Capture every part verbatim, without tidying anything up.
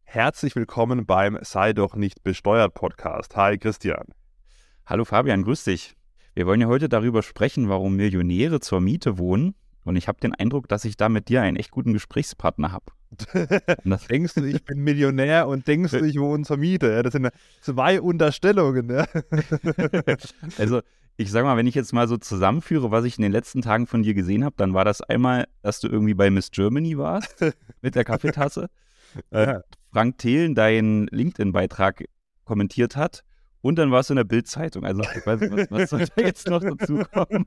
Herzlich willkommen beim Sei doch nicht besteuert Podcast. Hi Christian. Hallo Fabian, grüß dich. Wir wollen ja heute darüber sprechen, warum Millionäre zur Miete wohnen. Und ich habe den Eindruck, dass ich da mit dir einen echt guten Gesprächspartner habe. Denkst du, ich bin Millionär und denkst du, ich wohne zur Miete? Ja, das sind zwei Unterstellungen. Ja. Also ich sag mal, wenn ich jetzt mal so zusammenführe, was ich in den letzten Tagen von dir gesehen habe, dann war das einmal, dass du irgendwie bei Miss Germany warst mit der Kaffeetasse. Ja. Frank Thelen deinen LinkedIn-Beitrag kommentiert hat. Und dann warst du in der Bild-Zeitung. Also ich weiß nicht, was, was soll da jetzt noch dazu kommen?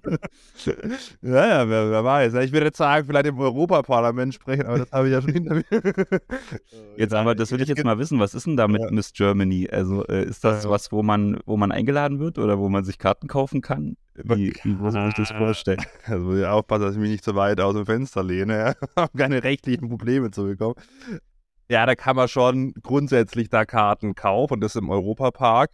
Ja, ja, wer, wer weiß. Ich würde jetzt sagen, vielleicht im Europaparlament sprechen, aber das habe ich ja schon hinter mir. Jetzt aber, das will ich jetzt mal wissen, was ist denn da mit Ja. Miss Germany? Also äh, ist das Ja. was, wo man, wo man eingeladen wird oder wo man sich Karten kaufen kann? Wie, wie muss man sich das vorstellen? Also muss ich aufpassen, dass ich mich nicht so weit aus dem Fenster lehne, ja, um keine rechtlichen Probleme zu bekommen. Ja, da kann man schon grundsätzlich da Karten kaufen und das im Europapark.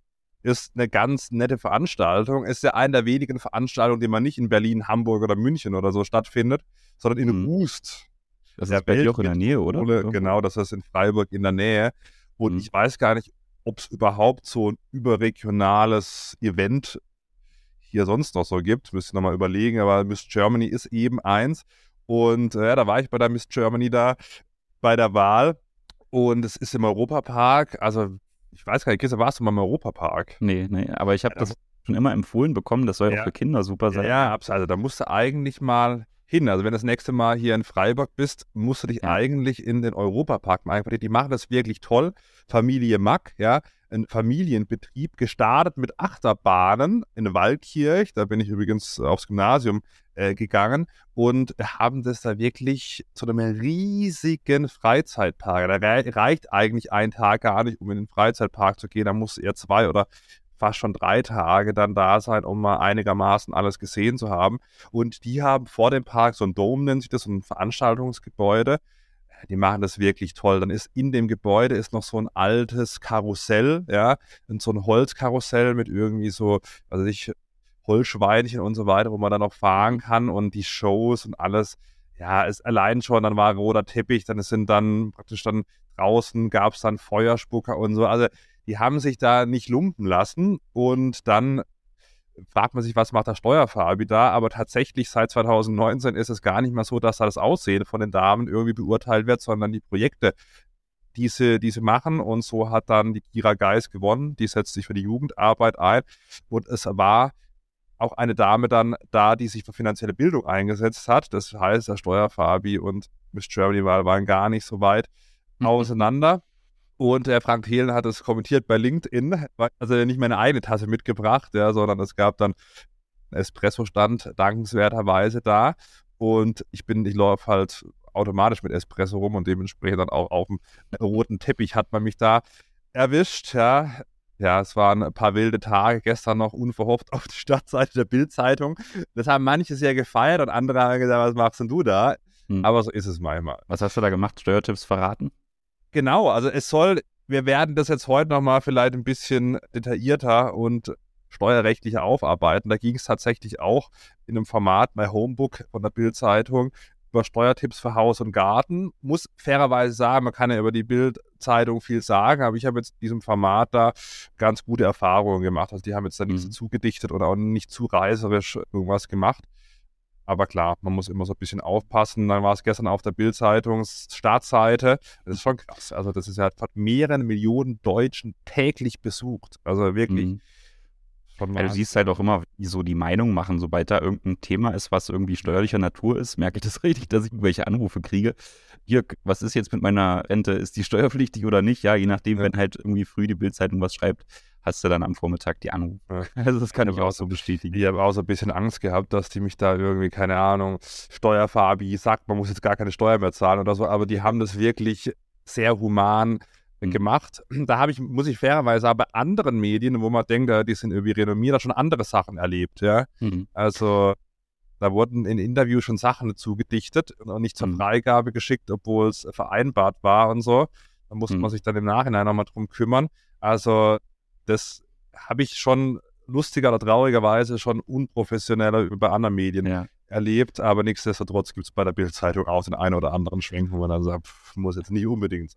Ist eine ganz nette Veranstaltung. Ist ja eine der wenigen Veranstaltungen, die man nicht in Berlin, Hamburg oder München oder so stattfindet, sondern in Mhm. Rust. Das Der ist bei dir auch in der Nähe, oder? Weltmetropole, genau, das ist in Freiburg in der Nähe. Und Mhm. ich weiß gar nicht, ob es überhaupt so ein überregionales Event hier sonst noch so gibt. Müsste ich nochmal überlegen, aber Miss Germany ist eben eins. Und äh, ja, da war ich bei der Miss Germany da, bei der Wahl. Und es ist im Europapark. Also, ich weiß gar nicht, Christian, warst du mal im Europapark? Nee, nee, aber ich habe Ja, das schon immer empfohlen bekommen. Das soll ja Ja. auch für Kinder super Ja, sein. ja, absolut. Also, da musst du eigentlich mal hin. Also, wenn du das nächste Mal hier in Freiburg bist, musst du dich Ja. eigentlich in den Europapark mal einquartieren. Die machen das wirklich toll. Familie Mack, ja, ein Familienbetrieb, gestartet mit Achterbahnen in Waldkirch. Da bin ich übrigens aufs Gymnasium äh, gegangen und haben das da wirklich zu einem riesigen Freizeitpark. Da rei- reicht eigentlich ein Tag gar nicht, um in den Freizeitpark zu gehen. Da musst du eher zwei oder fast schon drei Tage dann da sein, um mal einigermaßen alles gesehen zu haben. Und die haben vor dem Park so ein Dome, nennt sich das, so ein Veranstaltungsgebäude. Die machen das wirklich toll. Dann ist in dem Gebäude ist noch so ein altes Karussell, ja, und so ein Holzkarussell mit irgendwie so, also ich, Holzschweinchen und so weiter, wo man dann noch fahren kann und die Shows und alles. Ja, ist allein schon, dann war roter Teppich, dann sind dann praktisch dann draußen gab es dann Feuerspucker und so. Also die haben sich da nicht lumpen lassen und dann fragt man sich, was macht der Steuerfabi da? Aber tatsächlich seit zwanzig neunzehn ist es gar nicht mehr so, dass da das Aussehen von den Damen irgendwie beurteilt wird, sondern die Projekte, die sie, die sie machen. Und so hat dann die Kira Geis gewonnen. Die setzt sich für die Jugendarbeit ein. Und es war auch eine Dame dann da, die sich für finanzielle Bildung eingesetzt hat. Das heißt, der Steuerfabi und Miss Germany waren gar nicht so weit Mhm. auseinander. Und der Frank Thelen hat es kommentiert bei LinkedIn, also nicht meine eigene Tasse mitgebracht, ja, sondern es gab dann einen Espresso-Stand dankenswerterweise da. Und ich bin, ich laufe halt automatisch mit Espresso rum und dementsprechend dann auch auf dem roten Teppich hat man mich da erwischt, ja. Ja, es waren ein paar wilde Tage, gestern noch unverhofft auf der Startseite der Bild-Zeitung. Das haben manche sehr gefeiert und andere haben gesagt, was machst denn du da? Hm. Aber so ist es manchmal. Was hast du da gemacht? Steuertipps verraten? Genau, also es soll, wir werden das jetzt heute nochmal vielleicht ein bisschen detaillierter und steuerrechtlicher aufarbeiten. Da ging es tatsächlich auch in einem Format bei Homebook von der Bild-Zeitung über Steuertipps für Haus und Garten. Muss fairerweise sagen, man kann ja über die Bild-Zeitung viel sagen, aber ich habe jetzt in diesem Format da ganz gute Erfahrungen gemacht. Also die haben jetzt da nicht so Mhm. zugedichtet oder auch nicht zu reißerisch irgendwas gemacht. Aber klar, man muss immer so ein bisschen aufpassen. Dann war es gestern auf der Bild-Zeitung Startseite. Das ist schon krass. Also das ist ja von mehreren Millionen Deutschen täglich besucht. Also wirklich. Mhm. Schon Ja, du Wahnsinn. siehst halt auch immer, wie so die Meinung machen, sobald da irgendein Thema ist, was irgendwie steuerlicher Natur ist, merke ich das richtig, dass ich irgendwelche Anrufe kriege. Hier, was ist jetzt mit meiner Rente? Ist die steuerpflichtig oder nicht? Ja, je nachdem, Ja. wenn halt irgendwie früh die Bild-Zeitung was schreibt, hast du dann am Vormittag die Anrufe. Ja. Also das kann ich Ja. auch so bestätigen. Ich habe auch so ein bisschen Angst gehabt, dass die mich da irgendwie, keine Ahnung, Steuerfabi sagt, man muss jetzt gar keine Steuer mehr zahlen oder so. Aber die haben das wirklich sehr human Mhm. gemacht. Da habe ich, muss ich fairerweise sagen, bei anderen Medien, wo man denkt, ja, die sind irgendwie renommiert, da schon andere Sachen erlebt, ja. Mhm. Also da wurden in Interviews schon Sachen zugedichtet und nicht zur Mhm. Freigabe geschickt, obwohl es vereinbart war und so. Da musste Mhm. man sich dann im Nachhinein nochmal drum kümmern. Also das habe ich schon lustiger oder traurigerweise schon unprofessioneller bei anderen Medien Ja. erlebt, aber nichtsdestotrotz gibt es bei der Bild-Zeitung auch den einen oder anderen Schwenk, wo man dann sagt, pff, muss jetzt nicht unbedingt sein.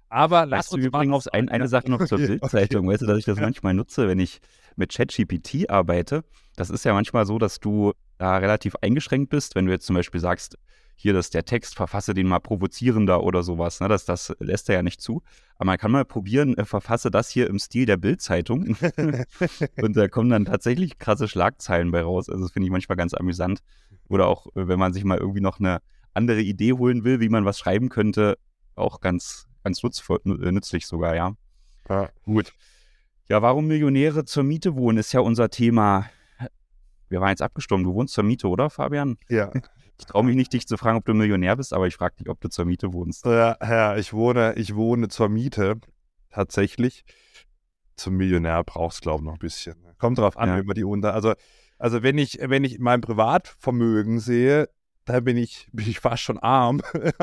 Aber lass Weißt du uns übrigens mal ein, eine Sache noch zur Okay, Bildzeitung, weißt du, dass ich das manchmal nutze, wenn ich mit ChatGPT arbeite. Das ist ja manchmal so, dass du da relativ eingeschränkt bist, wenn du jetzt zum Beispiel sagst, hier, dass der Text, verfasse den mal provozierender oder sowas, ne? Das, das lässt er ja nicht zu. Aber man kann mal probieren, äh, verfasse das hier im Stil der Bildzeitung und da kommen dann tatsächlich krasse Schlagzeilen bei raus. Also das finde ich manchmal ganz amüsant. Oder auch, äh, wenn man sich mal irgendwie noch eine andere Idee holen will, wie man was schreiben könnte, auch ganz, ganz nutzvoll, nü- nützlich sogar, ja. Ja. Gut. Ja, warum Millionäre zur Miete wohnen, ist ja unser Thema. Wir waren jetzt abgestimmt. Du wohnst zur Miete, oder, Fabian? Ja. Ich traue mich nicht, dich zu fragen, ob du Millionär bist, aber ich frage dich, ob du zur Miete wohnst. Ja, ja, ich wohne, ich wohne zur Miete, tatsächlich. Zum Millionär brauchst du, glaube ich, noch ein bisschen. Kommt drauf an, Ja. wenn man die unter. Also, also wenn ich, wenn ich mein Privatvermögen sehe, da bin ich, bin ich fast schon arm.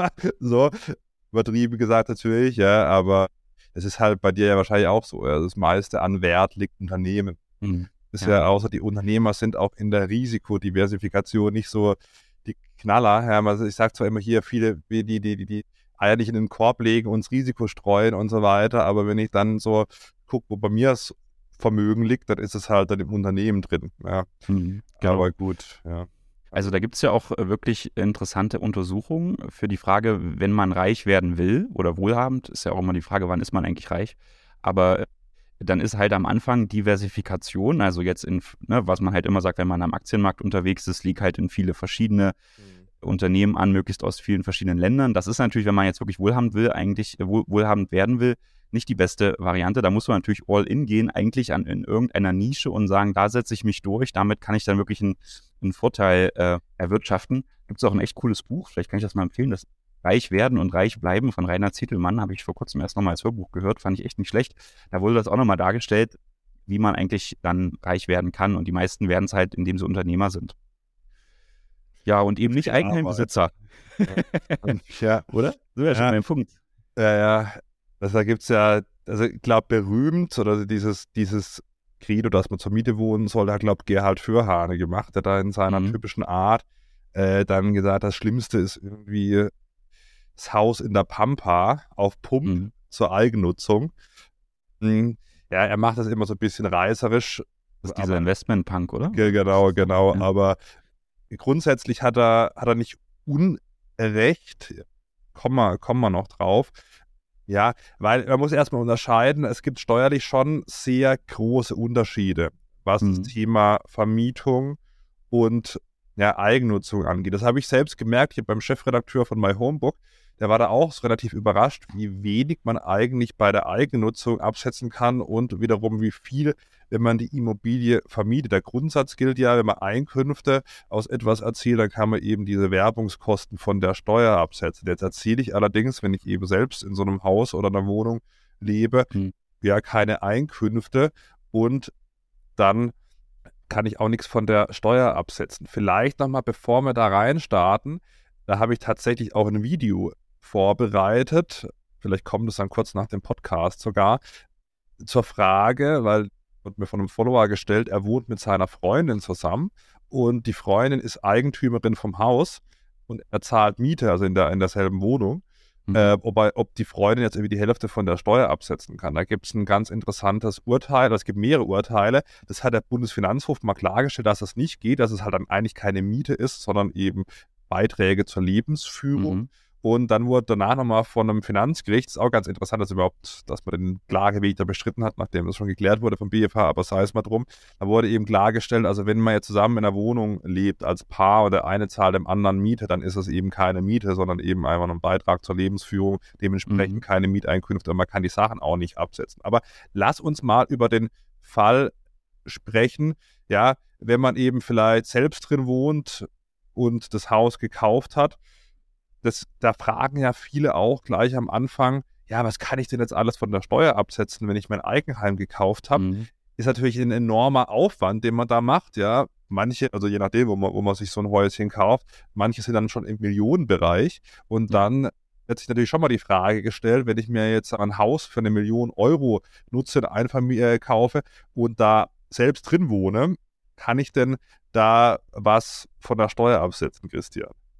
So, übertrieben gesagt natürlich, ja, aber es ist halt bei dir ja wahrscheinlich auch so. Ja. Das meiste an Wert liegt Unternehmen. Mhm. Ist Ja. ja, außer die Unternehmer sind auch in der Risikodiversifikation nicht so die Knaller. Ja, also ich sage zwar immer hier, viele, die, die, die, die Eier nicht in den Korb legen und das Risiko streuen und so weiter, aber wenn ich dann so gucke, wo bei mir das Vermögen liegt, dann ist es halt dann im Unternehmen drin. Ja, Mhm. Genau. aber gut, ja. Also da gibt es ja auch äh, wirklich interessante Untersuchungen für die Frage, wenn man reich werden will oder wohlhabend, ist ja auch immer die Frage, wann ist man eigentlich reich. Aber äh, dann ist halt am Anfang Diversifikation, also jetzt in, ne, was man halt immer sagt, wenn man am Aktienmarkt unterwegs ist, liegt halt in viele verschiedene Unternehmen an, möglichst aus vielen verschiedenen Ländern. Das ist natürlich, wenn man jetzt wirklich wohlhabend will, eigentlich äh, wohl, wohlhabend werden will, nicht die beste Variante. Da muss man natürlich all in gehen, eigentlich an, in irgendeiner Nische und sagen, da setze ich mich durch, damit kann ich dann wirklich einen, einen Vorteil äh, erwirtschaften. Gibt es auch ein echt cooles Buch, vielleicht kann ich das mal empfehlen, das Reich werden und reich bleiben von Rainer Zitelmann, habe ich vor kurzem erst nochmal als Hörbuch gehört, fand ich echt nicht schlecht. Da wurde das auch nochmal dargestellt, wie man eigentlich dann reich werden kann und die meisten werden es halt, indem sie Unternehmer sind. Ja, und eben nicht Viel Eigenheimbesitzer, Ja, oder? So wäre schon Ja. mein Punkt. ja, ja. Also da gibt es ja, also ich glaube, berühmt oder dieses, dieses Credo, dass man zur Miete wohnen soll, hat, glaube ich, Gerhard Fürhane gemacht, der da in seiner Mhm. typischen Art äh, dann gesagt, das Schlimmste ist irgendwie das Haus in der Pampa auf Pump Mhm. zur Eigennutzung. Hm, Ja, er macht das immer so ein bisschen reißerisch. Das ist dieser aber- Investment-Punk, oder? Ge- Genau, genau. Ja. Aber grundsätzlich hat er, hat er nicht Unrecht. Kommen wir, kommen wir noch drauf. Ja, weil man muss erstmal unterscheiden, es gibt steuerlich schon sehr große Unterschiede, was Mhm. das Thema Vermietung und ja, Eigennutzung angeht. Das habe ich selbst gemerkt hier beim Chefredakteur von My Homebook. Der war da auch so relativ überrascht, wie wenig man eigentlich bei der Eigennutzung absetzen kann und wiederum wie viel, wenn man die Immobilie vermietet. Der Grundsatz gilt ja, wenn man Einkünfte aus etwas erzielt, dann kann man eben diese Werbungskosten von der Steuer absetzen. Jetzt erzähle ich allerdings, wenn ich eben selbst in so einem Haus oder einer Wohnung lebe, Mhm. ja keine Einkünfte und dann kann ich auch nichts von der Steuer absetzen. Vielleicht nochmal, bevor wir da reinstarten, da habe ich tatsächlich auch ein Video vorbereitet, vielleicht kommt es dann kurz nach dem Podcast sogar, zur Frage, weil wird mir von einem Follower gestellt, er wohnt mit seiner Freundin zusammen und die Freundin ist Eigentümerin vom Haus und er zahlt Miete, also in, der, in derselben Wohnung. Mhm. Äh, ob, er, ob die Freundin jetzt irgendwie die Hälfte von der Steuer absetzen kann. Da gibt es ein ganz interessantes Urteil, es gibt mehrere Urteile. Das hat der Bundesfinanzhof mal klargestellt, dass das nicht geht, dass es halt dann eigentlich keine Miete ist, sondern eben Beiträge zur Lebensführung. Mhm. Und dann wurde danach nochmal von einem Finanzgericht, ist auch ganz interessant, dass überhaupt, dass man den Klageweg da bestritten hat, nachdem das schon geklärt wurde vom B F H, aber sei es mal drum. Da wurde eben klargestellt, also wenn man jetzt zusammen in einer Wohnung lebt als Paar und der eine zahlt dem anderen Miete, dann ist es eben keine Miete, sondern eben einfach ein Beitrag zur Lebensführung, dementsprechend Mhm. keine Mieteinkünfte und man kann die Sachen auch nicht absetzen. Aber lass uns mal über den Fall sprechen, ja, wenn man eben vielleicht selbst drin wohnt und das Haus gekauft hat. Das, da fragen ja viele auch gleich am Anfang, ja, was kann ich denn jetzt alles von der Steuer absetzen, wenn ich mein Eigenheim gekauft habe? Mhm. Ist natürlich ein enormer Aufwand, den man da macht, ja. Manche, also je nachdem, wo man, wo man sich so ein Häuschen kauft, manche sind dann schon im Millionenbereich und Ja. dann wird sich natürlich schon mal die Frage gestellt, wenn ich mir jetzt ein Haus für eine Million Euro nutze, eine Einfamilie kaufe und da selbst drin wohne, kann ich denn da was von der Steuer absetzen, Christian?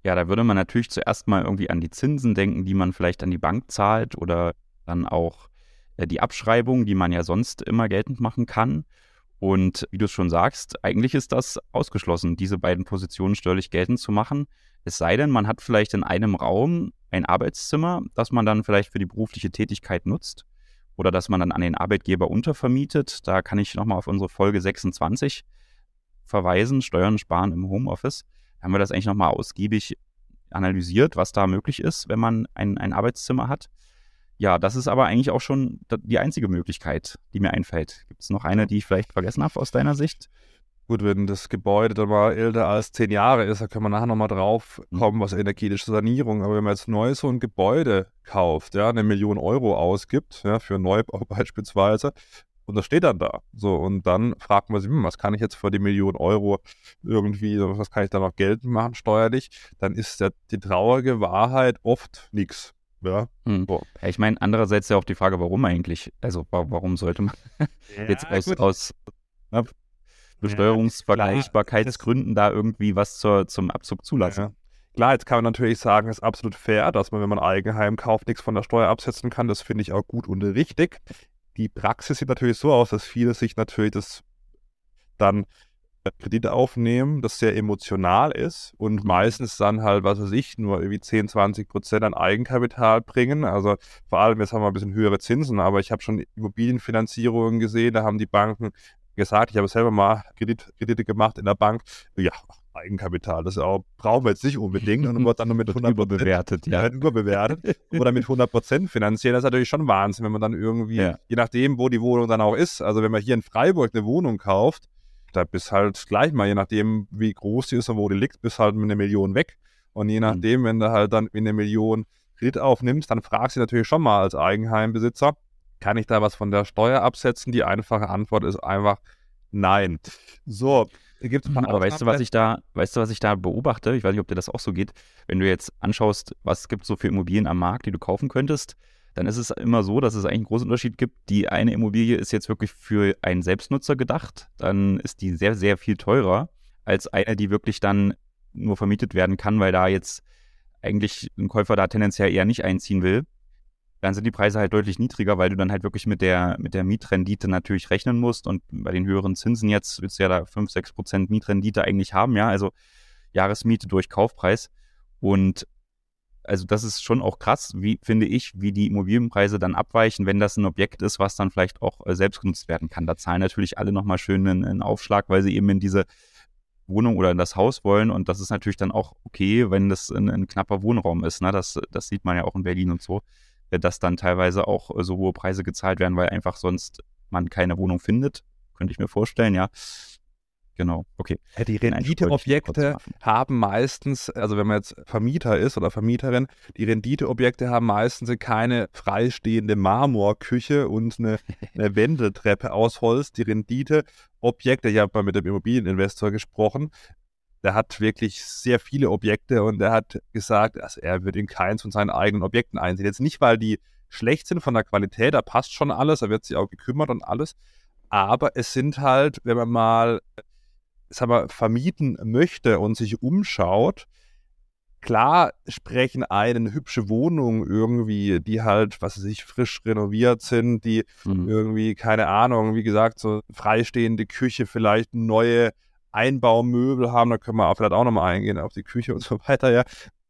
Ja, da würde man natürlich zuerst mal irgendwie an die Zinsen denken, die man vielleicht an die Bank zahlt oder dann auch äh, die Abschreibung, die man ja sonst immer geltend machen kann. Und wie du es schon sagst, eigentlich ist das ausgeschlossen, diese beiden Positionen steuerlich geltend zu machen. Es sei denn, man hat vielleicht in einem Raum ein Arbeitszimmer, das man dann vielleicht für die berufliche Tätigkeit nutzt oder das man dann an den Arbeitgeber untervermietet. Da kann ich nochmal auf unsere Folge sechsundzwanzig verweisen, Steuern sparen im Homeoffice. Da haben wir das eigentlich nochmal ausgiebig analysiert, was da möglich ist, wenn man ein, ein Arbeitszimmer hat. Ja, das ist aber eigentlich auch schon die einzige Möglichkeit, die mir einfällt. Gibt es noch eine, die ich vielleicht vergessen habe aus deiner Sicht? Gut, wenn das Gebäude dann mal älter als zehn Jahre ist, da können wir nachher nochmal drauf kommen, was energetische Sanierung. Aber wenn man jetzt neu so ein Gebäude kauft, ja, eine Million Euro ausgibt, ja, für Neubau beispielsweise, und das steht dann da. So, und dann fragt man sich, hm, was kann ich jetzt für die Million Euro irgendwie, was kann ich da noch geltend machen steuerlich? Dann ist der, die traurige Wahrheit oft nichts. Ja. Hm. So. Ja, ich meine, andererseits ja auch die Frage, warum eigentlich? Also wa- warum sollte man Ja, jetzt aus, gut. aus ne, Besteuerungsvergleichbarkeitsgründen da irgendwie was zur, zum Abzug zulassen? Ja. Klar, jetzt kann man natürlich sagen, es ist absolut fair, dass man, wenn man ein Eigenheim kauft, nichts von der Steuer absetzen kann. Das finde ich auch gut und richtig. Die Praxis sieht natürlich so aus, dass viele sich natürlich das dann Kredite aufnehmen, das sehr emotional ist und meistens dann halt, was weiß ich, nur irgendwie zehn, zwanzig Prozent an Eigenkapital bringen. Also vor allem, jetzt haben wir ein bisschen höhere Zinsen, aber ich habe schon Immobilienfinanzierungen gesehen, da haben die Banken gesagt, ich habe selber mal Kredit, Kredite gemacht in der Bank, ja, Eigenkapital, das auch, brauchen wir jetzt nicht unbedingt und wird dann nur mit Wird hundert Prozent überbewertet, ja. ja, überbewertet oder mit hundert Prozent finanzieren, das ist natürlich schon Wahnsinn, wenn man dann irgendwie, Ja. je nachdem, wo die Wohnung dann auch ist, also wenn man hier in Freiburg eine Wohnung kauft, da bist halt gleich mal, je nachdem, wie groß die ist und wo die liegt, bist halt mit einer Million weg. Und je nachdem, wenn du halt dann eine Million Kredit aufnimmst, dann fragst du natürlich schon mal als Eigenheimbesitzer, kann ich da was von der Steuer absetzen? Die einfache Antwort ist einfach nein. So, gibt es ein paar Aber weißt du, was ich da, weißt du, was ich da beobachte? Ich weiß nicht, ob dir das auch so geht. Wenn du jetzt anschaust, was es gibt so für Immobilien am Markt, die du kaufen könntest, dann ist es immer so, dass es eigentlich einen großen Unterschied gibt. Die eine Immobilie ist jetzt wirklich für einen Selbstnutzer gedacht. Dann ist die sehr, sehr viel teurer als eine, die wirklich dann nur vermietet werden kann, weil da jetzt eigentlich ein Käufer da tendenziell eher nicht einziehen will. Dann sind die Preise halt deutlich niedriger, weil du dann halt wirklich mit der, mit der Mietrendite natürlich rechnen musst. Und bei den höheren Zinsen jetzt willst du ja da fünf, sechs Prozent Mietrendite eigentlich haben, ja, also Jahresmiete durch Kaufpreis. Und also das ist schon auch krass, wie finde ich, wie die Immobilienpreise dann abweichen, wenn das ein Objekt ist, was dann vielleicht auch äh, selbst genutzt werden kann. Da zahlen natürlich alle nochmal schön einen, einen Aufschlag, weil sie eben in diese Wohnung oder in das Haus wollen. Und das ist natürlich dann auch okay, wenn das ein, ein knapper Wohnraum ist. Ne? Das, das sieht man ja auch in Berlin und so, dass dann teilweise auch äh, so hohe Preise gezahlt werden, weil einfach sonst man keine Wohnung findet. Könnte ich mir vorstellen, ja. Genau, okay. Ja, die Renditeobjekte haben meistens, also wenn man jetzt Vermieter ist oder Vermieterin, die Renditeobjekte haben meistens keine freistehende Marmorküche und eine, eine Wendeltreppe aus Holz. Die Renditeobjekte, ich habe mal mit dem Immobilieninvestor gesprochen, der hat wirklich sehr viele Objekte und der hat gesagt, also er wird in keins von seinen eigenen Objekten einsehen. Jetzt nicht, weil die schlecht sind von der Qualität, da passt schon alles, da wird sich auch gekümmert und alles, aber es sind halt, wenn man mal sagen wir, vermieten möchte und sich umschaut, klar sprechen einen hübsche Wohnungen irgendwie, die halt, was weiß ich, frisch renoviert sind, die mhm. irgendwie, keine Ahnung, wie gesagt, so freistehende Küche, vielleicht neue Einbaumöbel haben, da können wir auch vielleicht auch nochmal eingehen auf die Küche und so weiter, ja.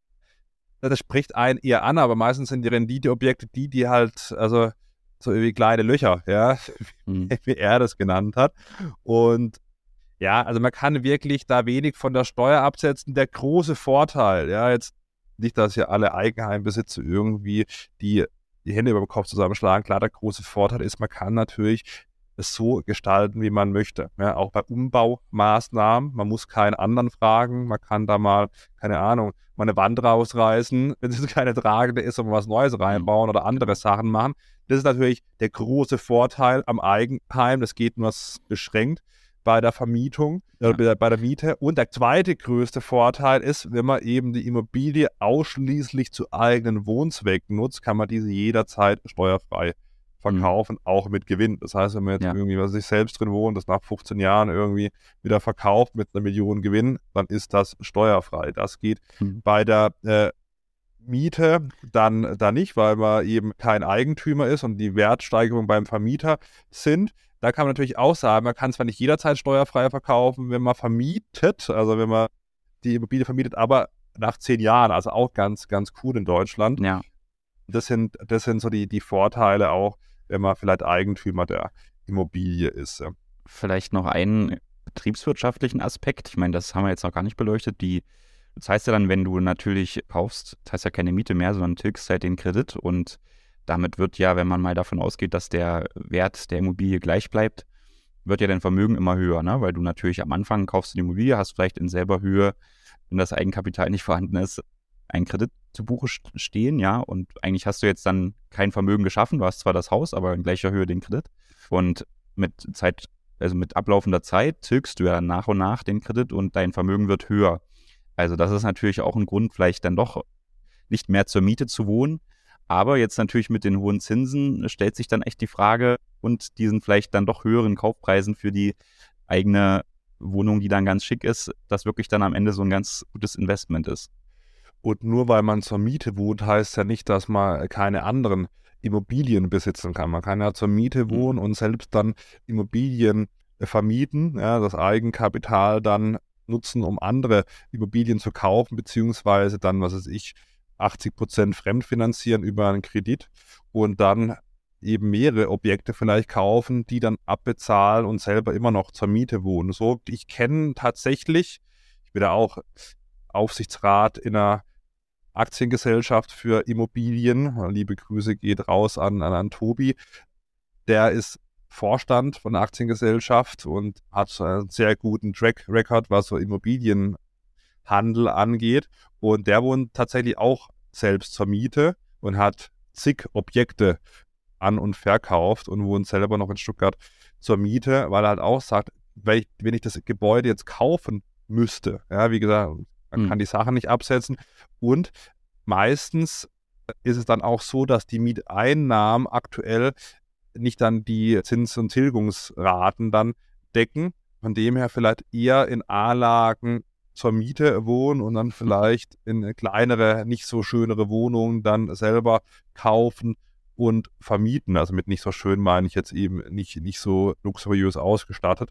Das spricht einen eher an, aber meistens sind die Renditeobjekte die, die halt, also so irgendwie kleine Löcher, ja, mhm. wie er das genannt hat. Und ja, also man kann wirklich da wenig von der Steuer absetzen. Der große Vorteil, ja, jetzt nicht, dass ja alle Eigenheimbesitzer irgendwie die, die Hände über dem Kopf zusammenschlagen. Klar, der große Vorteil ist, man kann natürlich es so gestalten, wie man möchte. Ja, auch bei Umbaumaßnahmen. Man muss keinen anderen fragen. Man kann da mal, keine Ahnung, mal eine Wand rausreißen, wenn es keine tragende ist, und was Neues reinbauen oder andere Sachen machen. Das ist natürlich der große Vorteil am Eigenheim. Das geht nur beschränkt bei der Vermietung, ja. äh, bei der Miete. Und der zweite größte Vorteil ist, wenn man eben die Immobilie ausschließlich zu eigenen Wohnzwecken nutzt, kann man diese jederzeit steuerfrei verkaufen, mhm. auch mit Gewinn. Das heißt, wenn man jetzt ja. irgendwie bei sich selbst drin wohnt, das nach fünfzehn Jahren irgendwie wieder verkauft mit einer Million Gewinn, dann ist das steuerfrei. Das geht mhm. bei der äh, Miete dann da nicht, weil man eben kein Eigentümer ist und die Wertsteigerungen beim Vermieter sind. Da kann man natürlich auch sagen, man kann zwar nicht jederzeit steuerfrei verkaufen, wenn man vermietet, also wenn man die Immobilie vermietet, aber nach zehn Jahren, also auch ganz, ganz cool in Deutschland. Ja. Das sind, das sind so die, die Vorteile auch, wenn man vielleicht Eigentümer der Immobilie ist. Vielleicht noch einen betriebswirtschaftlichen Aspekt. Ich meine, das haben wir jetzt noch gar nicht beleuchtet. Die, das heißt ja dann, wenn du natürlich kaufst, das heißt ja keine Miete mehr, sondern tilgst halt den Kredit und damit wird ja, wenn man mal davon ausgeht, dass der Wert der Immobilie gleich bleibt, wird ja dein Vermögen immer höher, ne? Weil du natürlich am Anfang kaufst du die Immobilie, hast vielleicht in selber Höhe, wenn das Eigenkapital nicht vorhanden ist, einen Kredit zu Buche stehen, ja, und eigentlich hast du jetzt dann kein Vermögen geschaffen, du hast zwar das Haus, aber in gleicher Höhe den Kredit und mit Zeit, also mit ablaufender Zeit tilgst du ja dann nach und nach den Kredit und dein Vermögen wird höher. Also das ist natürlich auch ein Grund, vielleicht dann doch nicht mehr zur Miete zu wohnen, aber jetzt natürlich mit den hohen Zinsen stellt sich dann echt die Frage und diesen vielleicht dann doch höheren Kaufpreisen für die eigene Wohnung, die dann ganz schick ist, das wirklich dann am Ende so ein ganz gutes Investment ist. Und nur weil man zur Miete wohnt, heißt ja nicht, dass man keine anderen Immobilien besitzen kann. Man kann ja zur Miete wohnen und selbst dann Immobilien vermieten, ja, das Eigenkapital dann nutzen, um andere Immobilien zu kaufen, beziehungsweise dann, was weiß ich, achtzig Prozent fremdfinanzieren über einen Kredit und dann eben mehrere Objekte vielleicht kaufen, die dann abbezahlen und selber immer noch zur Miete wohnen. So, ich kenne tatsächlich, ich bin da auch Aufsichtsrat in einer Aktiengesellschaft für Immobilien. Liebe Grüße geht raus an, an, an Tobi. Der ist Vorstand von der Aktiengesellschaft und hat einen sehr guten Track Record, was so Immobilienhandel angeht. Und der wohnt tatsächlich auch selbst zur Miete und hat zig Objekte an- und verkauft und wohnt selber noch in Stuttgart zur Miete, weil er halt auch sagt, wenn ich, wenn ich das Gebäude jetzt kaufen müsste, ja, wie gesagt, man hm. kann die Sachen nicht absetzen und meistens ist es dann auch so, dass die Mieteinnahmen aktuell nicht dann die Zins- und Tilgungsraten dann decken, von dem her vielleicht eher in A-Lagen zur Miete wohnen und dann vielleicht in kleinere, nicht so schönere Wohnungen dann selber kaufen und vermieten. Also mit nicht so schön meine ich jetzt eben nicht, nicht so luxuriös ausgestattet.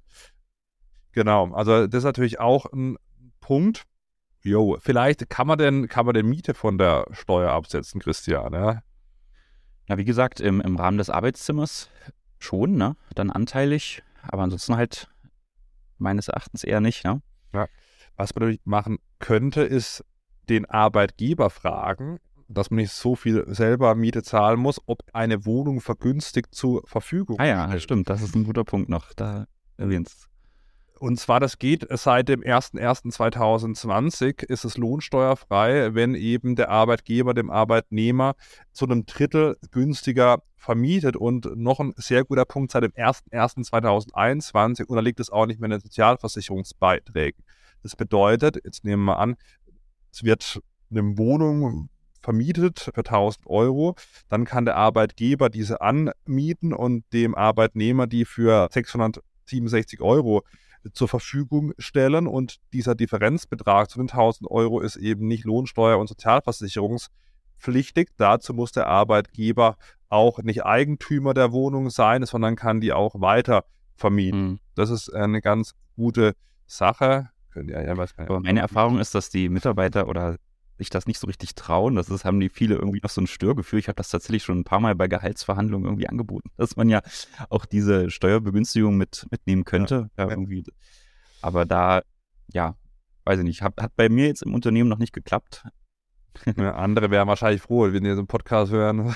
Genau, also das ist natürlich auch ein Punkt. Jo, vielleicht kann man denn, kann man denn Miete von der Steuer absetzen, Christian, ja? Ja, wie gesagt, im, im Rahmen des Arbeitszimmers schon, ne? Dann anteilig, aber ansonsten halt meines Erachtens eher nicht, ne? Ja. Was man natürlich machen könnte, ist den Arbeitgeber fragen, dass man nicht so viel selber Miete zahlen muss, ob eine Wohnung vergünstigt zur Verfügung steht. Ah ja, das stimmt, das ist ein guter Punkt noch, da erwähnst. Und zwar, das geht seit dem erster erster zweitausendzwanzig, ist es lohnsteuerfrei, wenn eben der Arbeitgeber dem Arbeitnehmer zu einem Drittel günstiger vermietet. Und noch ein sehr guter Punkt, seit dem erster erster zweitausendeinundzwanzig unterliegt es auch nicht mehr den Sozialversicherungsbeiträgen. Das bedeutet, jetzt nehmen wir an, es wird eine Wohnung vermietet für tausend Euro, dann kann der Arbeitgeber diese anmieten und dem Arbeitnehmer die für sechshundertsiebenundsechzig Euro zur Verfügung stellen und dieser Differenzbetrag zu den tausend Euro ist eben nicht lohnsteuer- und sozialversicherungspflichtig. Dazu muss der Arbeitgeber auch nicht Eigentümer der Wohnung sein, sondern kann die auch weiter vermieten. Mhm. Das ist eine ganz gute Sache. Ja, ja, weiß Aber meine Erfahrung ist, dass die Mitarbeiter oder sich das nicht so richtig trauen. Das ist, haben die viele irgendwie noch so ein Störgefühl. Ich habe das tatsächlich schon ein paar Mal bei Gehaltsverhandlungen irgendwie angeboten, dass man ja auch diese Steuerbegünstigung mit, mitnehmen könnte. Ja, ja, irgendwie. Aber da, ja, weiß ich nicht, hat, hat bei mir jetzt im Unternehmen noch nicht geklappt. Ja, andere wären wahrscheinlich froh, wenn die so einen Podcast hören,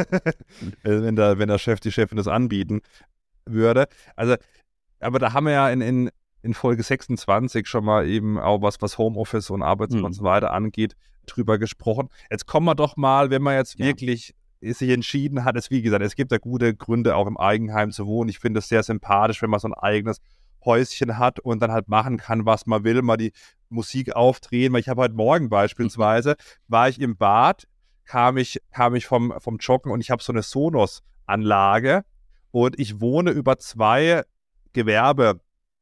wenn, der, wenn der Chef, die Chefin das anbieten würde. Also, aber da haben wir ja in, in in Folge sechsundzwanzig schon mal eben auch was, was Homeoffice und Arbeitszeit mhm. und so weiter angeht, drüber gesprochen. Jetzt kommen wir doch mal, wenn man jetzt ja. wirklich sich entschieden hat, es wie gesagt, es gibt ja gute Gründe, auch im Eigenheim zu wohnen. Ich finde es sehr sympathisch, wenn man so ein eigenes Häuschen hat und dann halt machen kann, was man will, mal die Musik aufdrehen. Weil ich habe heute Morgen beispielsweise, war ich im Bad, kam ich, kam ich vom, vom Joggen und ich habe so eine Sonos Anlage und ich wohne über zwei Gewerbe,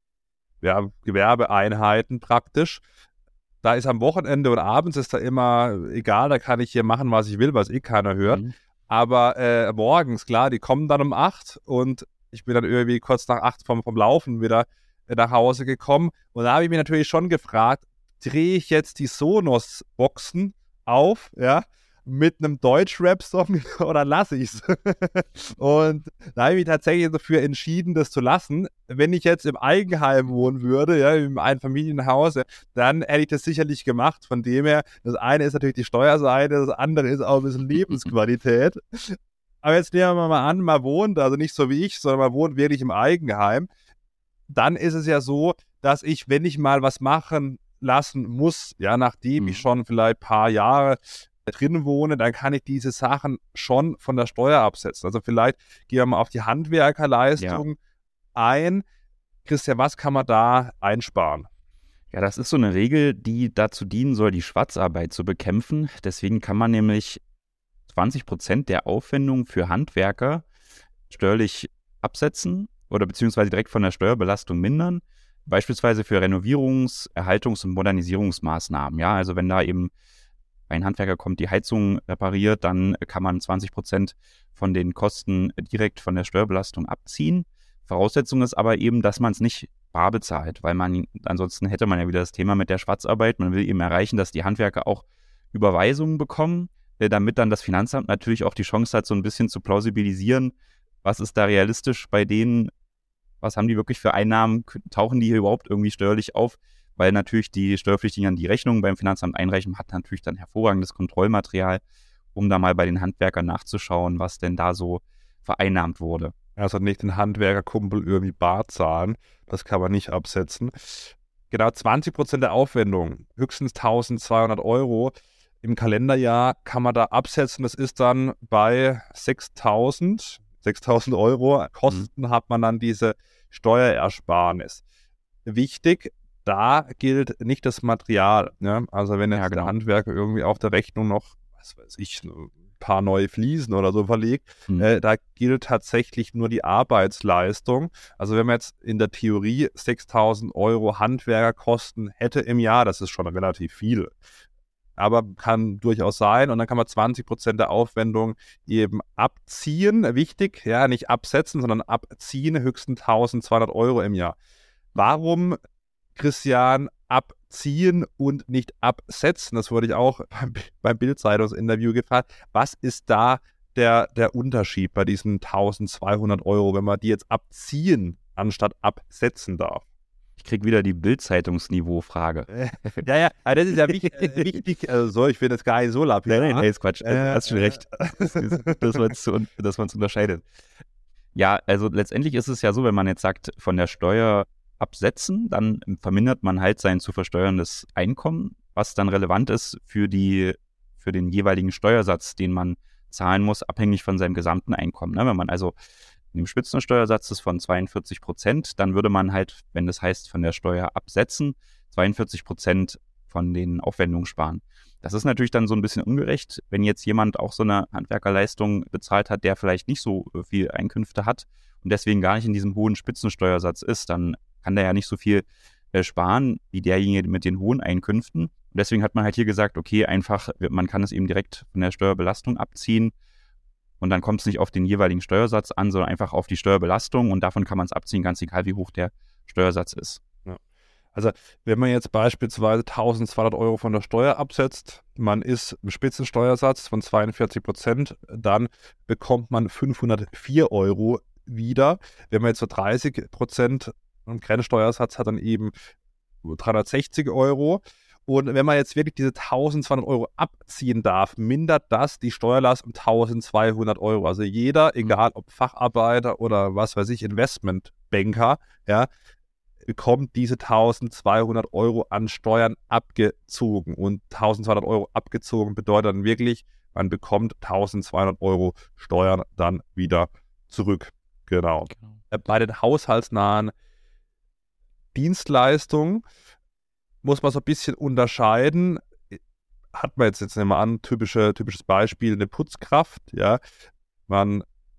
ja, Gewerbeeinheiten praktisch. Da ist am Wochenende und abends ist da immer egal, da kann ich hier machen, was ich will, was eh keiner hört. Mhm. Aber äh, morgens, klar, die kommen dann um acht und ich bin dann irgendwie kurz nach acht vom, vom Laufen wieder äh, nach Hause gekommen. Und da habe ich mich natürlich schon gefragt, drehe ich jetzt die Sonos-Boxen auf, ja, mit einem Deutsch-Rap-Song oder lasse ich es? Und da habe ich mich tatsächlich dafür entschieden, das zu lassen. Wenn ich jetzt im Eigenheim wohnen würde, ja, im Einfamilienhaus, dann hätte ich das sicherlich gemacht. Von dem her, das eine ist natürlich die Steuerseite, das andere ist auch ein bisschen Lebensqualität. Aber jetzt nehmen wir mal an, man wohnt, also nicht so wie ich, sondern man wohnt wirklich im Eigenheim. Dann ist es ja so, dass ich, wenn ich mal was machen lassen muss, ja, nachdem Mhm. ich schon vielleicht ein paar Jahre drin wohne, dann kann ich diese Sachen schon von der Steuer absetzen. Also vielleicht gehen wir mal auf die Handwerkerleistung ja. ein. Christian, was kann man da einsparen? Ja, das ist so eine Regel, die dazu dienen soll, die Schwarzarbeit zu bekämpfen. Deswegen kann man nämlich zwanzig Prozent der Aufwendungen für Handwerker steuerlich absetzen oder beziehungsweise direkt von der Steuerbelastung mindern. Beispielsweise für Renovierungs-, Erhaltungs- und Modernisierungsmaßnahmen. Ja, also wenn da eben ein Handwerker kommt, die Heizung repariert, dann kann man zwanzig Prozent von den Kosten direkt von der Steuerbelastung abziehen. Voraussetzung ist aber eben, dass man es nicht bar bezahlt, weil man ansonsten hätte man ja wieder das Thema mit der Schwarzarbeit. Man will eben erreichen, dass die Handwerker auch Überweisungen bekommen, damit dann das Finanzamt natürlich auch die Chance hat, so ein bisschen zu plausibilisieren, was ist da realistisch bei denen, was haben die wirklich für Einnahmen, tauchen die hier überhaupt irgendwie steuerlich auf? Weil natürlich die Steuerpflichtigen dann die Rechnungen beim Finanzamt einreichen, hat natürlich dann hervorragendes Kontrollmaterial, um da mal bei den Handwerkern nachzuschauen, was denn da so vereinnahmt wurde. Also nicht den Handwerkerkumpel irgendwie bar zahlen, das kann man nicht absetzen. Genau, zwanzig Prozent der Aufwendung, höchstens eintausendzweihundert Euro im Kalenderjahr kann man da absetzen. Das ist dann bei sechstausend Euro Kosten mhm. hat man dann diese Steuerersparnis. Wichtig, da gilt nicht das Material. Ne? Also wenn jetzt ja, genau. der Handwerker irgendwie auf der Rechnung noch, was weiß ich, ein paar neue Fliesen oder so verlegt, mhm. äh, da gilt tatsächlich nur die Arbeitsleistung. Also wenn man jetzt in der Theorie sechstausend Euro Handwerkerkosten hätte im Jahr, das ist schon relativ viel. Aber kann durchaus sein und dann kann man zwanzig Prozent der Aufwendung eben abziehen. Wichtig, ja, nicht absetzen, sondern abziehen, höchstens eintausendzweihundert Euro im Jahr. Warum, Christian, abziehen und nicht absetzen? Das wurde ich auch beim, beim Bild-Zeitungsinterview gefragt. Was ist da der, der Unterschied bei diesen eintausendzweihundert Euro, wenn man die jetzt abziehen anstatt absetzen darf? Ich kriege wieder die Bild-Zeitungsniveau-Frage. Ja, ja, aber das ist ja wichtig. Äh, wichtig also so, ich finde das gar nicht so lapidar. Nein, nein, nein, ist Quatsch. Du äh, hast schon recht, dass, dass man es unterscheidet. Ja, also letztendlich ist es ja so, wenn man jetzt sagt, von der Steuer absetzen, dann vermindert man halt sein zu versteuerndes Einkommen, was dann relevant ist für, die, für den jeweiligen Steuersatz, den man zahlen muss, abhängig von seinem gesamten Einkommen. Ne? Wenn man also im Spitzensteuersatz ist von zweiundvierzig Prozent, dann würde man halt, wenn das heißt, von der Steuer absetzen, zweiundvierzig Prozent von den Aufwendungen sparen. Das ist natürlich dann so ein bisschen ungerecht, wenn jetzt jemand auch so eine Handwerkerleistung bezahlt hat, der vielleicht nicht so viel Einkünfte hat und deswegen gar nicht in diesem hohen Spitzensteuersatz ist, dann kann der ja nicht so viel äh, sparen wie derjenige mit den hohen Einkünften. Und deswegen hat man halt hier gesagt, okay, einfach, man kann es eben direkt von der Steuerbelastung abziehen. Und dann kommt es nicht auf den jeweiligen Steuersatz an, sondern einfach auf die Steuerbelastung und davon kann man es abziehen, ganz egal wie hoch der Steuersatz ist. Ja. Also wenn man jetzt beispielsweise eintausendzweihundert Euro von der Steuer absetzt, man ist im Spitzensteuersatz von zweiundvierzig Prozent, dann bekommt man fünfhundertvier Euro wieder. Wenn man jetzt so dreißig Prozent einen Grenzsteuersatz hat, dann eben dreihundertsechzig Euro. Und wenn man jetzt wirklich diese eintausendzweihundert Euro abziehen darf, mindert das die Steuerlast um eintausendzweihundert Euro. Also jeder, egal ob Facharbeiter oder was weiß ich, Investmentbanker, ja, bekommt diese eintausendzweihundert Euro an Steuern abgezogen. Und eintausendzweihundert Euro abgezogen bedeutet dann wirklich, man bekommt eintausendzweihundert Euro Steuern dann wieder zurück. Genau. genau. Bei den haushaltsnahen Dienstleistungen muss man so ein bisschen unterscheiden. Hat man jetzt, jetzt nehmen wir an, typische, typisches Beispiel, eine Putzkraft, ja. Man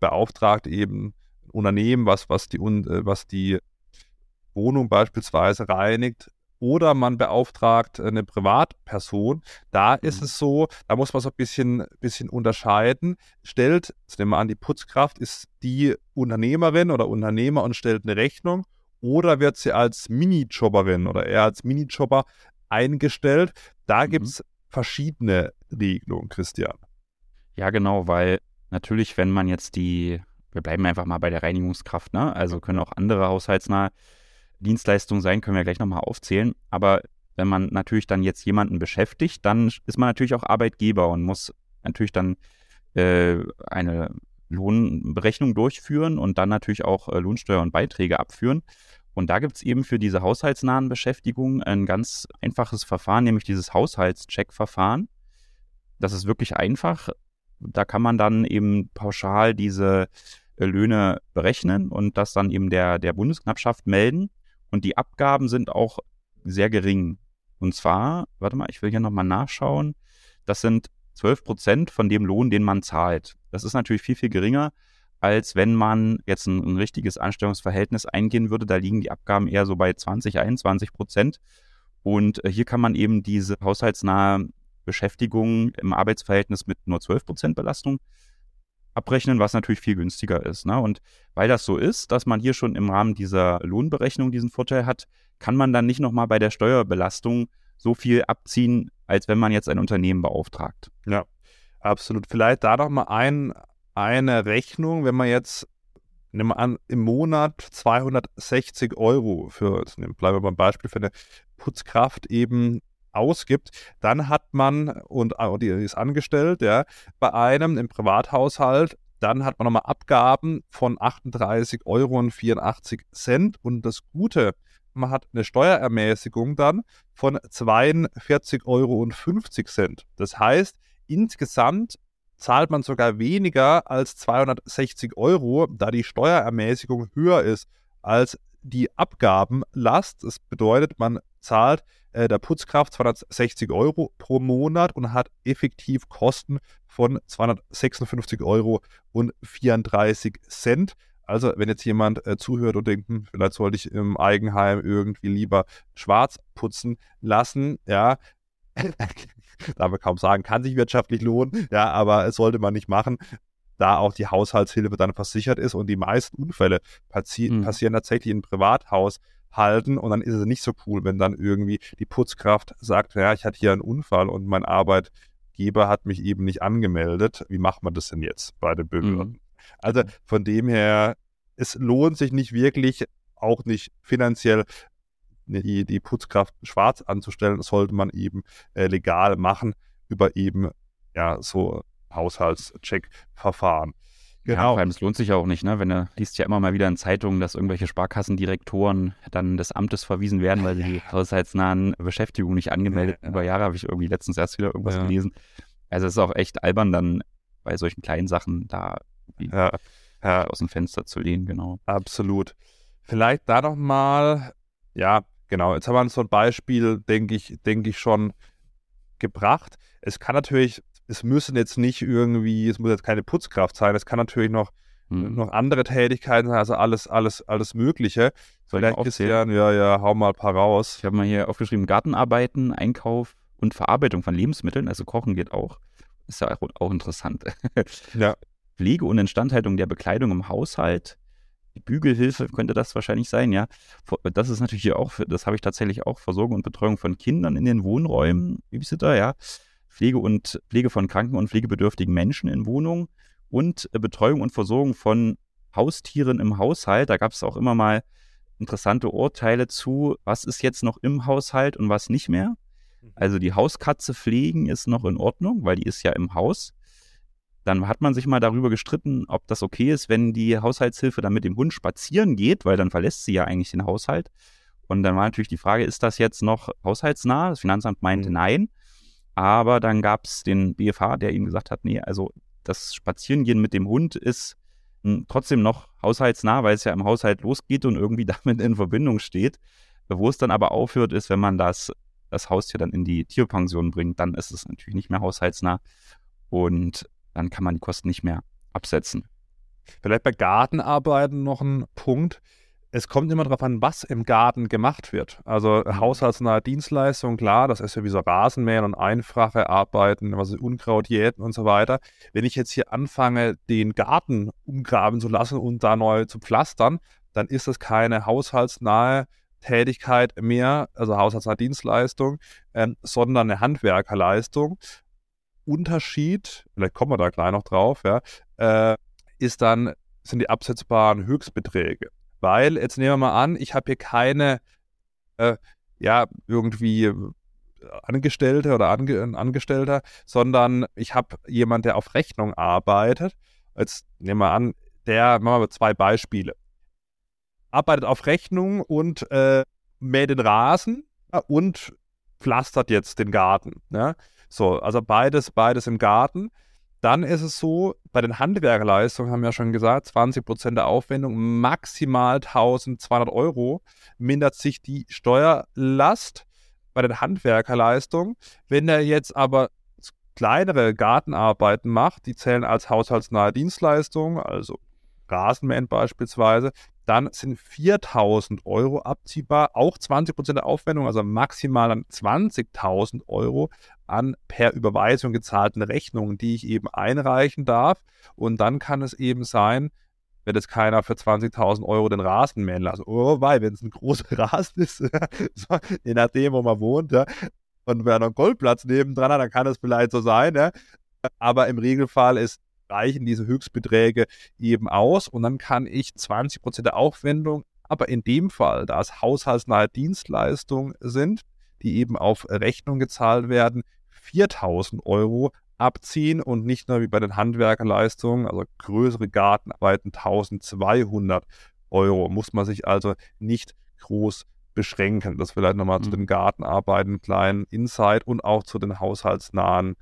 beauftragt eben ein Unternehmen, was, was, die, was die Wohnung beispielsweise reinigt, oder man beauftragt eine Privatperson. Da ist Mhm. es so, da muss man so ein bisschen, bisschen unterscheiden. Stellt, jetzt nehmen wir an, die Putzkraft ist die Unternehmerin oder Unternehmer und stellt eine Rechnung, oder wird sie als Minijobberin oder eher als Minijobber eingestellt. Da gibt Mhm. es verschiedene Regelungen, Christian. Ja, genau, weil natürlich, wenn man jetzt die, wir bleiben einfach mal bei der Reinigungskraft, ne? Also können auch andere haushaltsnahe Dienstleistungen sein, können wir gleich nochmal aufzählen. Aber wenn man natürlich dann jetzt jemanden beschäftigt, dann ist man natürlich auch Arbeitgeber und muss natürlich dann äh, eine Lohnberechnung durchführen und dann natürlich auch äh, Lohnsteuer und Beiträge abführen. Und da gibt es eben für diese haushaltsnahen Beschäftigungen ein ganz einfaches Verfahren, nämlich dieses Haushaltscheck-Verfahren. Das ist wirklich einfach. Da kann man dann eben pauschal diese äh, Löhne berechnen und das dann eben der, der Bundesknappschaft melden. Und die Abgaben sind auch sehr gering. Und zwar, warte mal, ich will hier nochmal nachschauen, das sind zwölf Prozent von dem Lohn, den man zahlt. Das ist natürlich viel, viel geringer, als wenn man jetzt ein, ein richtiges Anstellungsverhältnis eingehen würde. Da liegen die Abgaben eher so bei zwanzig, einundzwanzig Prozent. Und äh, hier kann man eben diese haushaltsnahe Beschäftigung im Arbeitsverhältnis mit nur zwölf Prozent Belastung abrechnen, was natürlich viel günstiger ist. Ne? Und weil das so ist, dass man hier schon im Rahmen dieser Lohnberechnung diesen Vorteil hat, kann man dann nicht nochmal bei der Steuerbelastung so viel abziehen, als wenn man jetzt ein Unternehmen beauftragt. Ja, absolut. Vielleicht da noch mal ein, eine Rechnung, wenn man jetzt, nehmen wir an, im Monat zweihundertsechzig Euro für, jetzt bleiben wir beim Beispiel, für eine Putzkraft eben ausgibt, dann hat man, und, und die ist angestellt, ja, bei einem im Privathaushalt, dann hat man nochmal Abgaben von achtunddreißig Euro und vierundachtzig Cent. Und das Gute, man hat eine Steuerermäßigung dann von zweiundvierzig Euro und fünfzig Cent. Das heißt, insgesamt zahlt man sogar weniger als zweihundertsechzig Euro, da die Steuerermäßigung höher ist als die Abgabenlast. Das bedeutet, man zahlt äh, der Putzkraft zweihundertsechzig Euro pro Monat und hat effektiv Kosten von zweihundertsechsundfünfzig Euro und vierunddreißig Cent. Also wenn jetzt jemand äh, zuhört und denkt, hm, vielleicht sollte ich im Eigenheim irgendwie lieber schwarz putzen lassen, ja, darf man kaum sagen, kann sich wirtschaftlich lohnen, ja, aber es sollte man nicht machen, da auch die Haushaltshilfe dann versichert ist, und die meisten Unfälle passi- Mhm. passieren tatsächlich in Privathaushalten, und dann ist es nicht so cool, wenn dann irgendwie die Putzkraft sagt, ja, ich hatte hier einen Unfall und mein Arbeitgeber hat mich eben nicht angemeldet. Wie macht man das denn jetzt bei den Behörden? Mhm. Also von dem her, es lohnt sich nicht wirklich, auch nicht finanziell, die, die Putzkraft schwarz anzustellen. Das sollte man eben äh, legal machen über eben ja so Haushaltscheck-Verfahren. Ja, Genau. vor allem, es lohnt sich ja auch nicht, ne? Wenn du liest ja immer mal wieder in Zeitungen, dass irgendwelche Sparkassendirektoren dann des Amtes verwiesen werden, weil sie die haushaltsnahen Beschäftigungen nicht angemeldet haben. Ja. Über Jahre habe ich irgendwie letztens erst wieder irgendwas Ja. gelesen. Also es ist auch echt albern, dann bei solchen kleinen Sachen da irgendwie Ja, ja, aus dem Fenster zu lehnen, genau. absolut. Vielleicht da nochmal, ja, genau, jetzt haben wir so ein Beispiel, denke ich, denke ich, schon gebracht. Es kann natürlich, es müssen jetzt nicht irgendwie, es muss jetzt keine Putzkraft sein, es kann natürlich noch, Hm. noch andere Tätigkeiten sein, also alles, alles, alles Mögliche. Soll ich mal Vielleicht, aufzählen? Christian, ja, ja, hau mal ein paar raus. Ich habe mal hier aufgeschrieben, Gartenarbeiten, Einkauf und Verarbeitung von Lebensmitteln, also Kochen geht auch. Ist ja auch, auch interessant. Ja, Pflege und Instandhaltung der Bekleidung im Haushalt. Die Bügelhilfe könnte das wahrscheinlich sein, ja. Das ist natürlich hier auch, das habe ich tatsächlich auch, Versorgung und Betreuung von Kindern in den Wohnräumen, Babysitter, ja. Pflege und Pflege von kranken und pflegebedürftigen Menschen in Wohnungen und Betreuung und Versorgung von Haustieren im Haushalt. Da gab es auch immer mal interessante Urteile zu, was ist jetzt noch im Haushalt und was nicht mehr. Also die Hauskatze pflegen ist noch in Ordnung, weil die ist ja im Haus. Dann hat man sich mal darüber gestritten, ob das okay ist, wenn die Haushaltshilfe dann mit dem Hund spazieren geht, weil dann verlässt sie ja eigentlich den Haushalt. Und dann war natürlich die Frage, ist das jetzt noch haushaltsnah? Das Finanzamt meinte Mhm. nein. Aber dann gab es den B F H, der ihm gesagt hat, nee, also das Spazierengehen mit dem Hund ist mh, trotzdem noch haushaltsnah, weil es ja im Haushalt losgeht und irgendwie damit in Verbindung steht. Wo es dann aber aufhört, ist, wenn man das, das Haustier dann in die Tierpension bringt, dann ist es natürlich nicht mehr haushaltsnah und dann kann man die Kosten nicht mehr absetzen. Vielleicht bei Gartenarbeiten noch ein Punkt. Es kommt immer darauf an, was im Garten gemacht wird. Also Mhm. haushaltsnahe Dienstleistungen, klar, das ist ja wie so Rasenmähen und einfache Arbeiten, was ist Unkraut jäten und so weiter. Wenn ich jetzt hier anfange, den Garten umgraben zu lassen und da neu zu pflastern, dann ist das keine haushaltsnahe Tätigkeit mehr, also haushaltsnahe Dienstleistung, ähm, sondern eine Handwerkerleistung. Unterschied, vielleicht kommen wir da gleich noch drauf, ja, äh, ist dann, sind die absetzbaren Höchstbeträge. Weil, jetzt nehmen wir mal an, ich habe hier keine, äh, ja, irgendwie Angestellte oder Ange ein Angestellter, sondern ich habe jemanden, der auf Rechnung arbeitet. Jetzt nehmen wir an, der, machen wir zwei Beispiele. Arbeitet auf Rechnung und äh, mäht den Rasen ja, und pflastert jetzt den Garten. Ja? So, also beides, beides im Garten. Dann ist es so, bei den Handwerkerleistungen haben wir ja schon gesagt, zwanzig Prozent der Aufwendung, maximal eintausendzweihundert Euro, mindert sich die Steuerlast bei den Handwerkerleistungen. Wenn er jetzt aber kleinere Gartenarbeiten macht, die zählen als haushaltsnahe Dienstleistung, also Rasenmähen beispielsweise, dann sind viertausend Euro abziehbar, auch zwanzig Prozent der Aufwendung, also maximal dann zwanzigtausend Euro an per Überweisung gezahlten Rechnungen, die ich eben einreichen darf. Und dann kann es eben sein, wenn jetzt keiner für zwanzigtausend Euro den Rasen mähen lässt. Oh, weil, wenn es ein großer Rasen ist, so, je nachdem, wo man wohnt, ja, und wer noch einen Golfplatz nebendran hat, dann kann es vielleicht so sein. Ja. Aber im Regelfall ist reichen diese Höchstbeträge eben aus und dann kann ich zwanzig Prozent der Aufwendung, aber in dem Fall, da es haushaltsnahe Dienstleistungen sind, die eben auf Rechnung gezahlt werden, viertausend Euro abziehen und nicht nur wie bei den Handwerkerleistungen, also größere Gartenarbeiten eintausendzweihundert Euro, muss man sich also nicht groß beschränken. Das vielleicht nochmal mhm. zu den Gartenarbeiten, kleinen Insight und auch zu den haushaltsnahen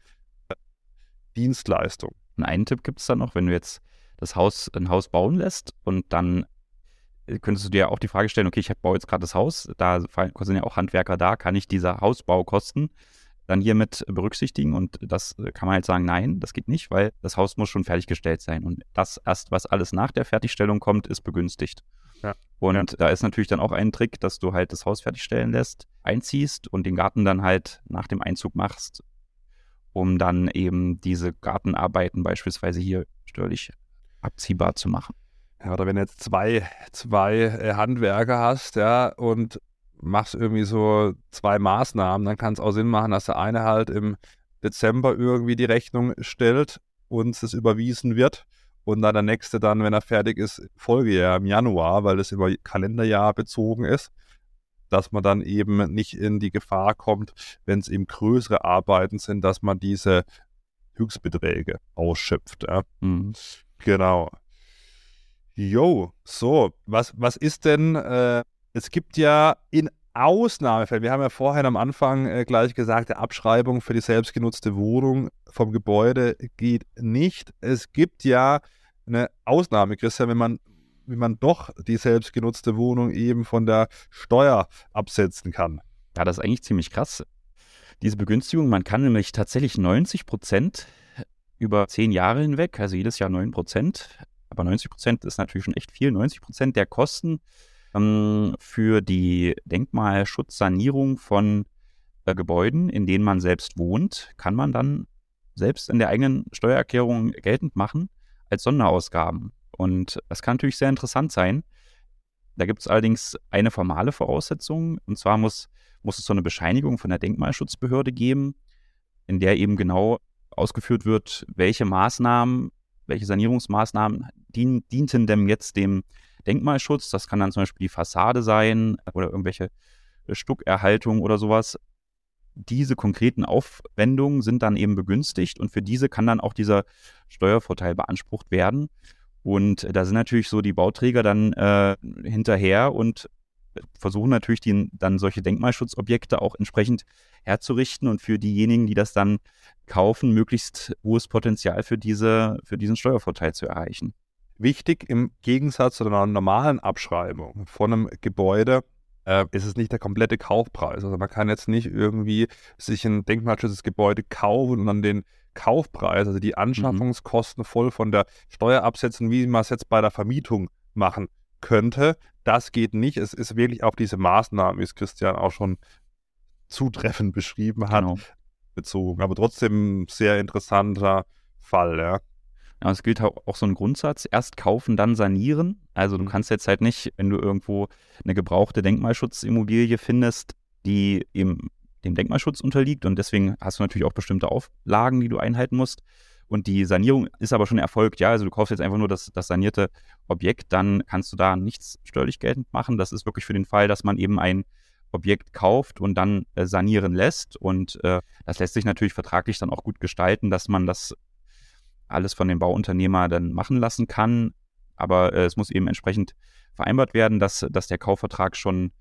Dienstleistungen. Und einen Tipp gibt es dann noch, wenn du jetzt das Haus, ein Haus bauen lässt und dann könntest du dir auch die Frage stellen, okay, ich baue jetzt gerade das Haus, da sind ja auch Handwerker da, kann ich diese Hausbaukosten dann hiermit berücksichtigen? Und das kann man halt sagen, nein, das geht nicht, weil das Haus muss schon fertiggestellt sein und das erst, was alles nach der Fertigstellung kommt, ist begünstigt. Ja. Und ja. da ist natürlich dann auch ein Trick, dass du halt das Haus fertigstellen lässt, einziehst und den Garten dann halt nach dem Einzug machst, um dann eben diese Gartenarbeiten beispielsweise hier steuerlich abziehbar zu machen. Ja, oder wenn du jetzt zwei, zwei äh, Handwerker hast, ja, und machst irgendwie so zwei Maßnahmen, dann kann es auch Sinn machen, dass der eine halt im Dezember irgendwie die Rechnung stellt und es überwiesen wird und dann der nächste dann, wenn er fertig ist, Folgejahr im Januar, weil das über Kalenderjahr bezogen ist, dass man dann eben nicht in die Gefahr kommt, wenn es eben größere Arbeiten sind, dass man diese Höchstbeträge ausschöpft. Ja? Mhm. Genau. Jo, so, was, was ist denn, äh, es gibt ja in Ausnahmefällen, wir haben ja vorhin am Anfang äh, gleich gesagt, die Abschreibung für die selbstgenutzte Wohnung vom Gebäude geht nicht. Es gibt ja eine Ausnahme, Christian, wenn man wie man doch die selbstgenutzte Wohnung eben von der Steuer absetzen kann. Ja, das ist eigentlich ziemlich krass. Diese Begünstigung, man kann nämlich tatsächlich neunzig Prozent über zehn Jahre hinweg, also jedes Jahr neun Prozent, aber neunzig Prozent ist natürlich schon echt viel, neunzig Prozent der Kosten ähm, für die Denkmalschutzsanierung von äh, Gebäuden, in denen man selbst wohnt, kann man dann selbst in der eigenen Steuererklärung geltend machen als Sonderausgaben. Und das kann natürlich sehr interessant sein. Da gibt es allerdings eine formale Voraussetzung. Und zwar muss, muss es so eine Bescheinigung von der Denkmalschutzbehörde geben, in der eben genau ausgeführt wird, welche Maßnahmen, welche Sanierungsmaßnahmen dien, dienten denn jetzt dem Denkmalschutz. Das kann dann zum Beispiel die Fassade sein oder irgendwelche Stuckerhaltung oder sowas. Diese konkreten Aufwendungen sind dann eben begünstigt und für diese kann dann auch dieser Steuervorteil beansprucht werden. Und da sind natürlich so die Bauträger dann äh, hinterher und versuchen natürlich die, dann solche Denkmalschutzobjekte auch entsprechend herzurichten und für diejenigen, die das dann kaufen, möglichst hohes Potenzial für, diese, für diesen Steuervorteil zu erreichen. Wichtig im Gegensatz zu einer normalen Abschreibung von einem Gebäude äh, ist es nicht der komplette Kaufpreis. Also man kann jetzt nicht irgendwie sich ein denkmalgeschütztes Gebäude kaufen und dann den Kaufpreis, also die Anschaffungskosten voll von der Steuer absetzen, wie man es jetzt bei der Vermietung machen könnte. Das geht nicht. Es ist wirklich auf diese Maßnahmen, wie es Christian auch schon zutreffend beschrieben hat, Genau. bezogen. Aber trotzdem sehr interessanter Fall, ja. Ja, es gilt auch, auch so ein Grundsatz, erst kaufen, dann sanieren. Also du Mhm. kannst jetzt halt nicht, wenn du irgendwo eine gebrauchte Denkmalschutzimmobilie findest, die eben dem Denkmalschutz unterliegt und deswegen hast du natürlich auch bestimmte Auflagen, die du einhalten musst. Und die Sanierung ist aber schon erfolgt, ja, also du kaufst jetzt einfach nur das, das sanierte Objekt, dann kannst du da nichts steuerlich geltend machen. Das ist wirklich für den Fall, dass man eben ein Objekt kauft und dann äh, sanieren lässt und äh, das lässt sich natürlich vertraglich dann auch gut gestalten, dass man das alles von dem Bauunternehmer dann machen lassen kann, aber äh, es muss eben entsprechend vereinbart werden, dass, dass der Kaufvertrag schon,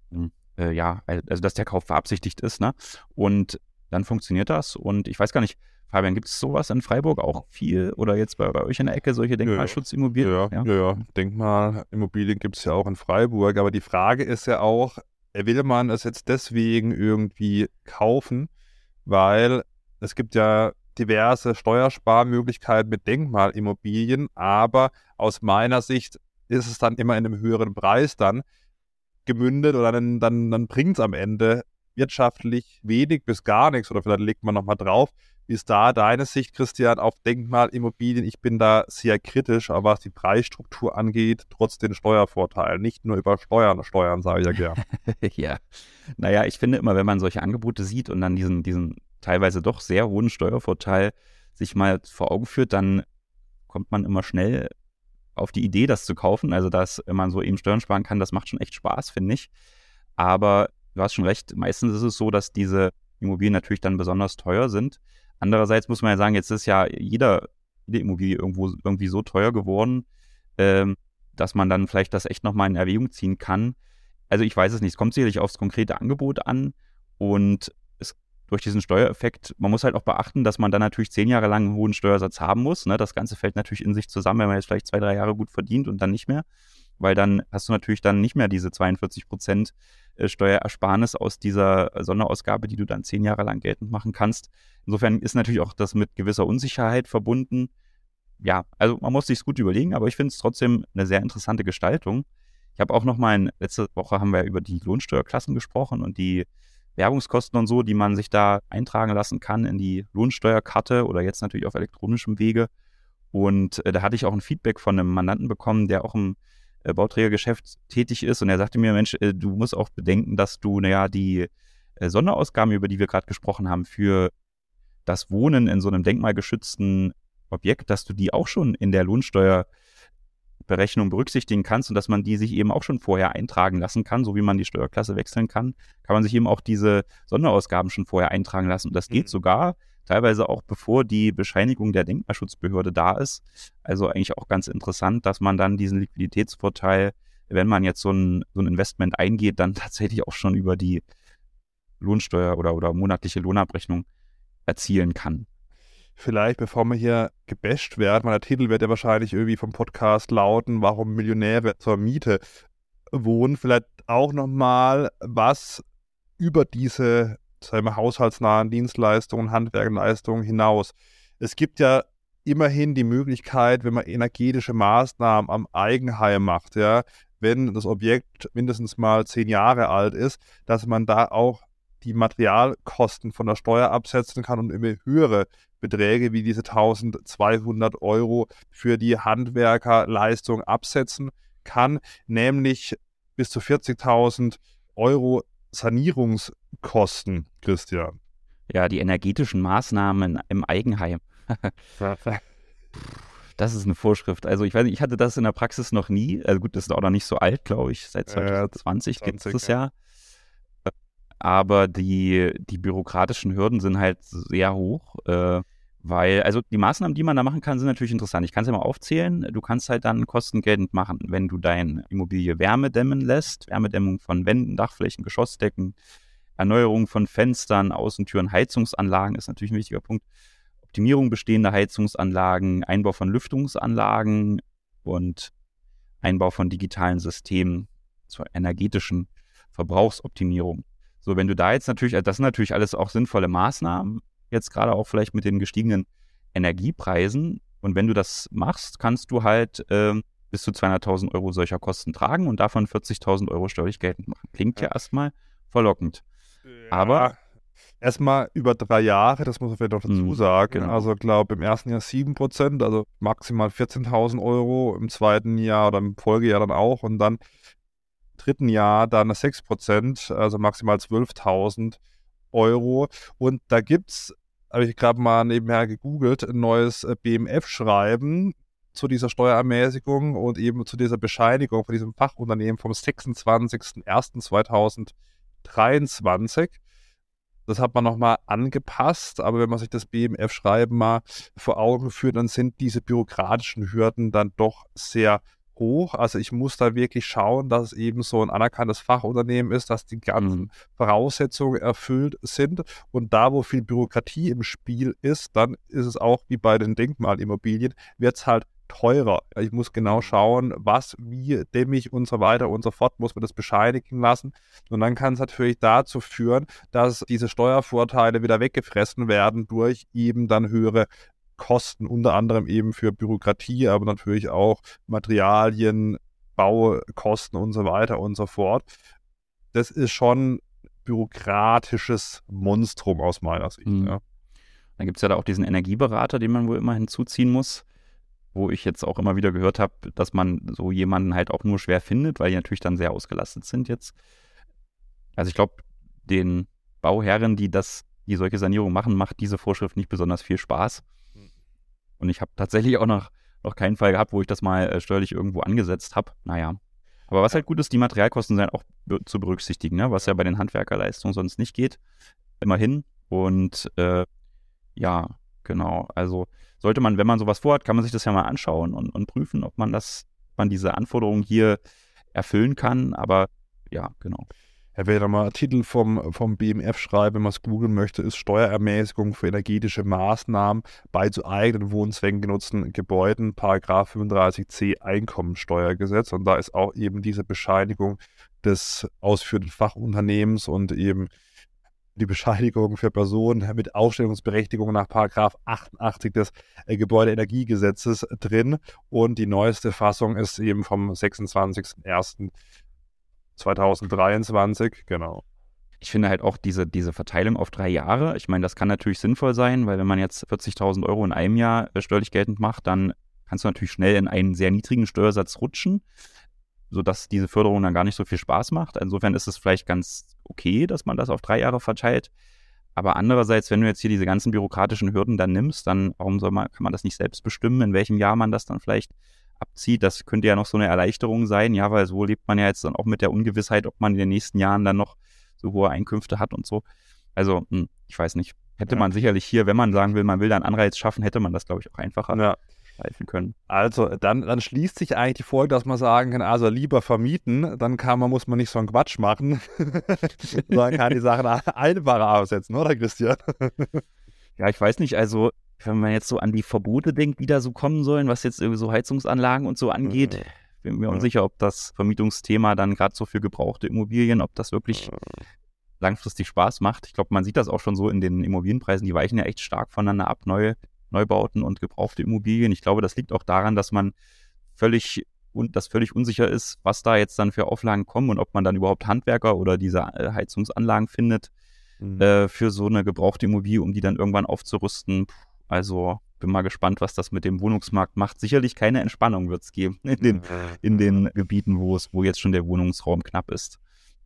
äh, ja, also dass der Kauf beabsichtigt ist, ne? Und dann funktioniert das und ich weiß gar nicht, Fabian, gibt es sowas in Freiburg auch viel oder jetzt bei, bei euch in der Ecke solche Denkmalschutzimmobilien? Ja, ja, ja, ja. Denkmalimmobilien gibt es ja auch in Freiburg, aber die Frage ist ja auch, will man es jetzt deswegen irgendwie kaufen, weil es gibt ja diverse Steuersparmöglichkeiten mit Denkmalimmobilien, aber aus meiner Sicht ist es dann immer in einem höheren Preis dann gemündet oder dann, dann, dann bringt es am Ende wirtschaftlich wenig bis gar nichts oder vielleicht legt man nochmal drauf. Wie ist da deine Sicht, Christian, auf Denkmalimmobilien? Ich bin da sehr kritisch, aber was die Preisstruktur angeht, trotz den Steuervorteilen. Nicht nur über Steuern, Steuern sage ich ja gern. Ja, naja, ich finde immer, wenn man solche Angebote sieht und dann diesen, diesen teilweise doch sehr hohen Steuervorteil sich mal vor Augen führt, dann kommt man immer schnell auf die Idee, das zu kaufen. Also, dass man so eben Steuern sparen kann, das macht schon echt Spaß, finde ich. Aber du hast schon recht, meistens ist es so, dass diese Immobilien natürlich dann besonders teuer sind. Andererseits muss man ja sagen, jetzt ist ja jeder, jede Immobilie irgendwo irgendwie so teuer geworden, ähm, dass man dann vielleicht das echt nochmal in Erwägung ziehen kann. Also ich weiß es nicht, es kommt sicherlich aufs konkrete Angebot an und es, durch diesen Steuereffekt, man muss halt auch beachten, dass man dann natürlich zehn Jahre lang einen hohen Steuersatz haben muss. Ne? Das Ganze fällt natürlich in sich zusammen, wenn man jetzt vielleicht zwei, drei Jahre gut verdient und dann nicht mehr, weil dann hast du natürlich dann nicht mehr diese zweiundvierzig Prozent Steuerersparnis aus dieser Sonderausgabe, die du dann zehn Jahre lang geltend machen kannst. Insofern ist natürlich auch das mit gewisser Unsicherheit verbunden. Ja, also man muss sich es gut überlegen, aber ich finde es trotzdem eine sehr interessante Gestaltung. Ich habe auch noch mal, letzte Woche haben wir über die Lohnsteuerklassen gesprochen und die Werbungskosten und so, die man sich da eintragen lassen kann in die Lohnsteuerkarte oder jetzt natürlich auf elektronischem Wege. Und äh, da hatte ich auch ein Feedback von einem Mandanten bekommen, der auch im äh, Bauträgergeschäft tätig ist. Und er sagte mir, Mensch, äh, du musst auch bedenken, dass du, naja, die äh, Sonderausgaben, über die wir gerade gesprochen haben, für das Wohnen in so einem denkmalgeschützten Objekt, dass du die auch schon in der Lohnsteuerberechnung berücksichtigen kannst und dass man die sich eben auch schon vorher eintragen lassen kann, so wie man die Steuerklasse wechseln kann, kann man sich eben auch diese Sonderausgaben schon vorher eintragen lassen. Und das geht Mhm. sogar teilweise auch bevor die Bescheinigung der Denkmalschutzbehörde da ist. Also eigentlich auch ganz interessant, dass man dann diesen Liquiditätsvorteil, wenn man jetzt so ein, so ein Investment eingeht, dann tatsächlich auch schon über die Lohnsteuer oder, oder monatliche Lohnabrechnung erzielen kann. Vielleicht, bevor wir hier gebasht werden, weil der Titel wird ja wahrscheinlich irgendwie vom Podcast lauten, warum Millionäre zur Miete wohnen, vielleicht auch nochmal was über diese, sagen wir, haushaltsnahen Dienstleistungen, Handwerkleistungen hinaus. Es gibt ja immerhin die Möglichkeit, wenn man energetische Maßnahmen am Eigenheim macht, ja, wenn das Objekt mindestens mal zehn Jahre alt ist, dass man da auch die Materialkosten von der Steuer absetzen kann und immer höhere Beträge wie diese eintausendzweihundert Euro für die Handwerkerleistung absetzen kann, nämlich bis zu vierzigtausend Euro Sanierungskosten, Christian. Ja, die energetischen Maßnahmen im Eigenheim. Das ist eine Vorschrift. Also ich weiß nicht, ich hatte das in der Praxis noch nie. Also gut, das ist auch noch nicht so alt, glaube ich. Seit zwanzig zwanzig gibt es das ja. Aber die, die bürokratischen Hürden sind halt sehr hoch, äh, weil, also die Maßnahmen, die man da machen kann, sind natürlich interessant. Ich kann es ja mal aufzählen. Du kannst halt dann kostengeltend machen, wenn du deine Immobilie Wärme dämmen lässt. Wärmedämmung von Wänden, Dachflächen, Geschossdecken, Erneuerung von Fenstern, Außentüren, Heizungsanlagen ist natürlich ein wichtiger Punkt. Optimierung bestehender Heizungsanlagen, Einbau von Lüftungsanlagen und Einbau von digitalen Systemen zur energetischen Verbrauchsoptimierung. So, wenn du da jetzt natürlich, also das sind natürlich alles auch sinnvolle Maßnahmen, jetzt gerade auch vielleicht mit den gestiegenen Energiepreisen. Und wenn du das machst, kannst du halt ähm, bis zu zweihunderttausend Euro solcher Kosten tragen und davon vierzigtausend Euro steuerlich geltend machen. Klingt ja, ja erstmal verlockend. Ja. Aber erstmal über drei Jahre, das muss man vielleicht noch dazu mh, sagen. genau. Also ich glaube im ersten Jahr sieben Prozent, also maximal vierzehntausend Euro, im zweiten Jahr oder im Folgejahr dann auch und dann im dritten Jahr dann sechs Prozent, also maximal zwölftausend Euro. Und da gibt es, habe ich gerade mal nebenher gegoogelt, ein neues B M F-Schreiben zu dieser Steuerermäßigung und eben zu dieser Bescheinigung von diesem Fachunternehmen vom sechsundzwanzigsten ersten zweitausenddreiundzwanzig. Das hat man nochmal angepasst, aber wenn man sich das B M F-Schreiben mal vor Augen führt, dann sind diese bürokratischen Hürden dann doch sehr hoch. Also ich muss da wirklich schauen, dass es eben so ein anerkanntes Fachunternehmen ist, dass die ganzen mhm. Voraussetzungen erfüllt sind. Und da, wo viel Bürokratie im Spiel ist, dann ist es auch wie bei den Denkmalimmobilien, wird es halt teurer. Ich muss genau schauen, was, wie dämme ich und so weiter und so fort, muss man das bescheinigen lassen. Und dann kann es natürlich dazu führen, dass diese Steuervorteile wieder weggefressen werden durch eben dann höhere Kosten, unter anderem eben für Bürokratie, aber natürlich auch Materialien, Baukosten und so weiter und so fort. Das ist schon bürokratisches Monstrum aus meiner Sicht. Mhm. Ja. Dann gibt es ja da auch diesen Energieberater, den man wohl immer hinzuziehen muss, wo ich jetzt auch immer wieder gehört habe, dass man so jemanden halt auch nur schwer findet, weil die natürlich dann sehr ausgelastet sind jetzt. Also ich glaube, den Bauherren, die das, die solche Sanierung machen, macht diese Vorschrift nicht besonders viel Spaß. Und ich habe tatsächlich auch noch, noch keinen Fall gehabt, wo ich das mal äh, steuerlich irgendwo angesetzt habe. Naja. Aber was halt gut ist, die Materialkosten sind auch be- zu berücksichtigen, ne? Was ja bei den Handwerkerleistungen sonst nicht geht. Immerhin. Und äh, ja, genau. Also sollte man, wenn man sowas vorhat, kann man sich das ja mal anschauen und, und prüfen, ob man das, man diese Anforderungen hier erfüllen kann. Aber ja, genau. Ja, wer da mal Titel vom, vom B M F schreibt, wenn man es googeln möchte, ist Steuerermäßigung für energetische Maßnahmen bei zu eigenen Wohnzwecken genutzten Gebäuden, Paragraph fünfunddreißig c Einkommensteuergesetz. Und da ist auch eben diese Bescheinigung des ausführenden Fachunternehmens und eben die Bescheinigung für Personen mit Aufstellungsberechtigung nach Paragraph achtundachtzig des äh, Gebäudeenergiegesetzes drin. Und die neueste Fassung ist eben vom sechsundzwanzigsten ersten zweitausenddreiundzwanzig, genau. Ich finde halt auch diese, diese Verteilung auf drei Jahre, ich meine, das kann natürlich sinnvoll sein, weil wenn man jetzt vierzigtausend Euro in einem Jahr steuerlich geltend macht, dann kannst du natürlich schnell in einen sehr niedrigen Steuersatz rutschen, sodass diese Förderung dann gar nicht so viel Spaß macht. Insofern ist es vielleicht ganz okay, dass man das auf drei Jahre verteilt. Aber andererseits, wenn du jetzt hier diese ganzen bürokratischen Hürden dann nimmst, dann warum soll man, kann man das nicht selbst bestimmen, in welchem Jahr man das dann vielleicht abzieht? Das könnte ja noch so eine Erleichterung sein, ja, weil so lebt man ja jetzt dann auch mit der Ungewissheit, ob man in den nächsten Jahren dann noch so hohe Einkünfte hat und so. Also, hm, ich weiß nicht. Hätte ja. man sicherlich hier, wenn man sagen will, man will da einen Anreiz schaffen, hätte man das, glaube ich, auch einfacher ja. helfen können. Also, dann, dann schließt sich eigentlich die Folge, dass man sagen kann, also lieber vermieten, dann kann man, muss man nicht so einen Quatsch machen, sondern kann die Sachen einfacher aussetzen, oder Christian? Ja, ich weiß nicht, also wenn man jetzt so an die Verbote denkt, die da so kommen sollen, was jetzt irgendwie so Heizungsanlagen und so angeht, mhm. bin mir unsicher, ob das Vermietungsthema dann gerade so für gebrauchte Immobilien, ob das wirklich langfristig Spaß macht. Ich glaube, man sieht das auch schon so in den Immobilienpreisen, die weichen ja echt stark voneinander ab, neue Neubauten und gebrauchte Immobilien. Ich glaube, das liegt auch daran, dass man völlig und das völlig unsicher ist, was da jetzt dann für Auflagen kommen und ob man dann überhaupt Handwerker oder diese Heizungsanlagen findet mhm. äh, für so eine gebrauchte Immobilie, um die dann irgendwann aufzurüsten. Also bin mal gespannt, was das mit dem Wohnungsmarkt macht. Sicherlich keine Entspannung wird es geben in den, in den Gebieten, wo es, wo jetzt schon der Wohnungsraum knapp ist.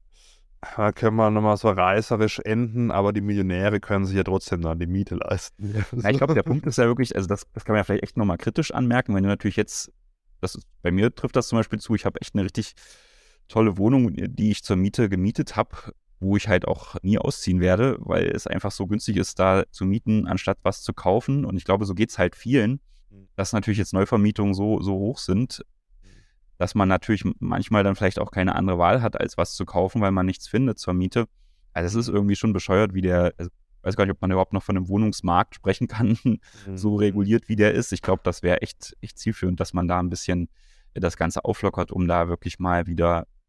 Da können wir nochmal so reißerisch enden, aber die Millionäre können sich ja trotzdem dann die Miete leisten. Ja, ich glaube, der Punkt ist ja wirklich, also das, das kann man ja vielleicht echt nochmal kritisch anmerken, wenn du natürlich jetzt, das ist, bei mir trifft das zum Beispiel zu, ich habe echt eine richtig tolle Wohnung, die ich zur Miete gemietet habe, wo ich halt auch nie ausziehen werde, weil es einfach so günstig ist, da zu mieten, anstatt was zu kaufen. Und ich glaube, so geht es halt vielen, dass natürlich jetzt Neuvermietungen so, so hoch sind, dass man natürlich manchmal dann vielleicht auch keine andere Wahl hat, als was zu kaufen, weil man nichts findet zur Miete. Also es ist irgendwie schon bescheuert, wie der, also ich weiß gar nicht, ob man überhaupt noch von einem Wohnungsmarkt sprechen kann, mhm. so reguliert, wie der ist. Ich glaube, das wäre echt, echt zielführend, dass man da ein bisschen das Ganze auflockert, um da wirklich mal wieder ein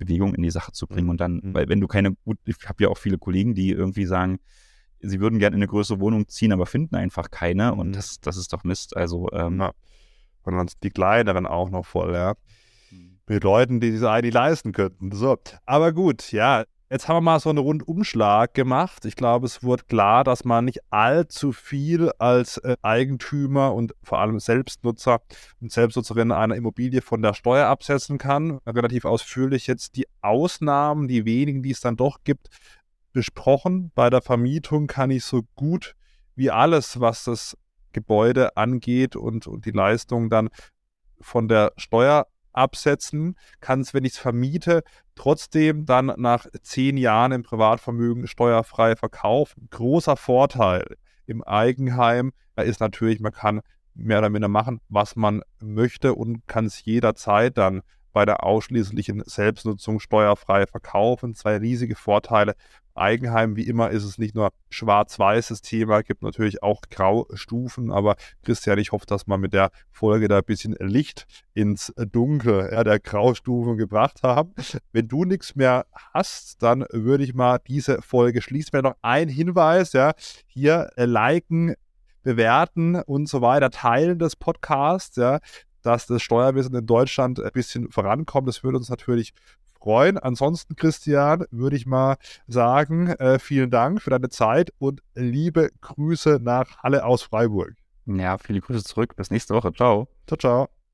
Bewegung in die Sache zu bringen. Mhm. Und dann, weil wenn du keine gut, ich habe ja auch viele Kollegen, die irgendwie sagen, sie würden gerne in eine größere Wohnung ziehen, aber finden einfach keine. Und Mhm. das, das ist doch Mist. Also ähm, Ja. Und dann sind die kleineren auch noch voll, ja. Mit Leuten, die sich eigentlich leisten könnten. So. Aber gut, ja. Jetzt haben wir mal so einen Rundumschlag gemacht. Ich glaube, es wurde klar, dass man nicht allzu viel als äh, Eigentümer und vor allem Selbstnutzer und Selbstnutzerin einer Immobilie von der Steuer absetzen kann. Relativ ausführlich jetzt die Ausnahmen, die wenigen, die es dann doch gibt, besprochen. Bei der Vermietung kann ich so gut wie alles, was das Gebäude angeht und, und die Leistung dann von der Steuer absetzen, kann es, wenn ich es vermiete, trotzdem dann nach zehn Jahren im Privatvermögen steuerfrei verkaufen. Großer Vorteil im Eigenheim ist natürlich, man kann mehr oder minder machen, was man möchte und kann es jederzeit dann bei der ausschließlichen Selbstnutzung steuerfrei verkaufen. Zwei riesige Vorteile. Eigenheim, wie immer, ist es nicht nur schwarz-weißes Thema, gibt natürlich auch Graustufen, aber Christian, ich hoffe, dass wir mit der Folge da ein bisschen Licht ins Dunkel ja, der Graustufen gebracht haben. Wenn du nichts mehr hast, dann würde ich mal diese Folge schließen. Mir noch ein Hinweis, ja, hier äh, liken, bewerten und so weiter, teilen des Podcasts, ja, dass das Steuerwesen in Deutschland ein bisschen vorankommt. Das würde uns natürlich freuen. Ansonsten, Christian, würde ich mal sagen, äh, vielen Dank für deine Zeit und liebe Grüße nach Halle aus Freiburg. ja, viele Grüße zurück. Bis nächste Woche. Ciao. Ciao, ciao.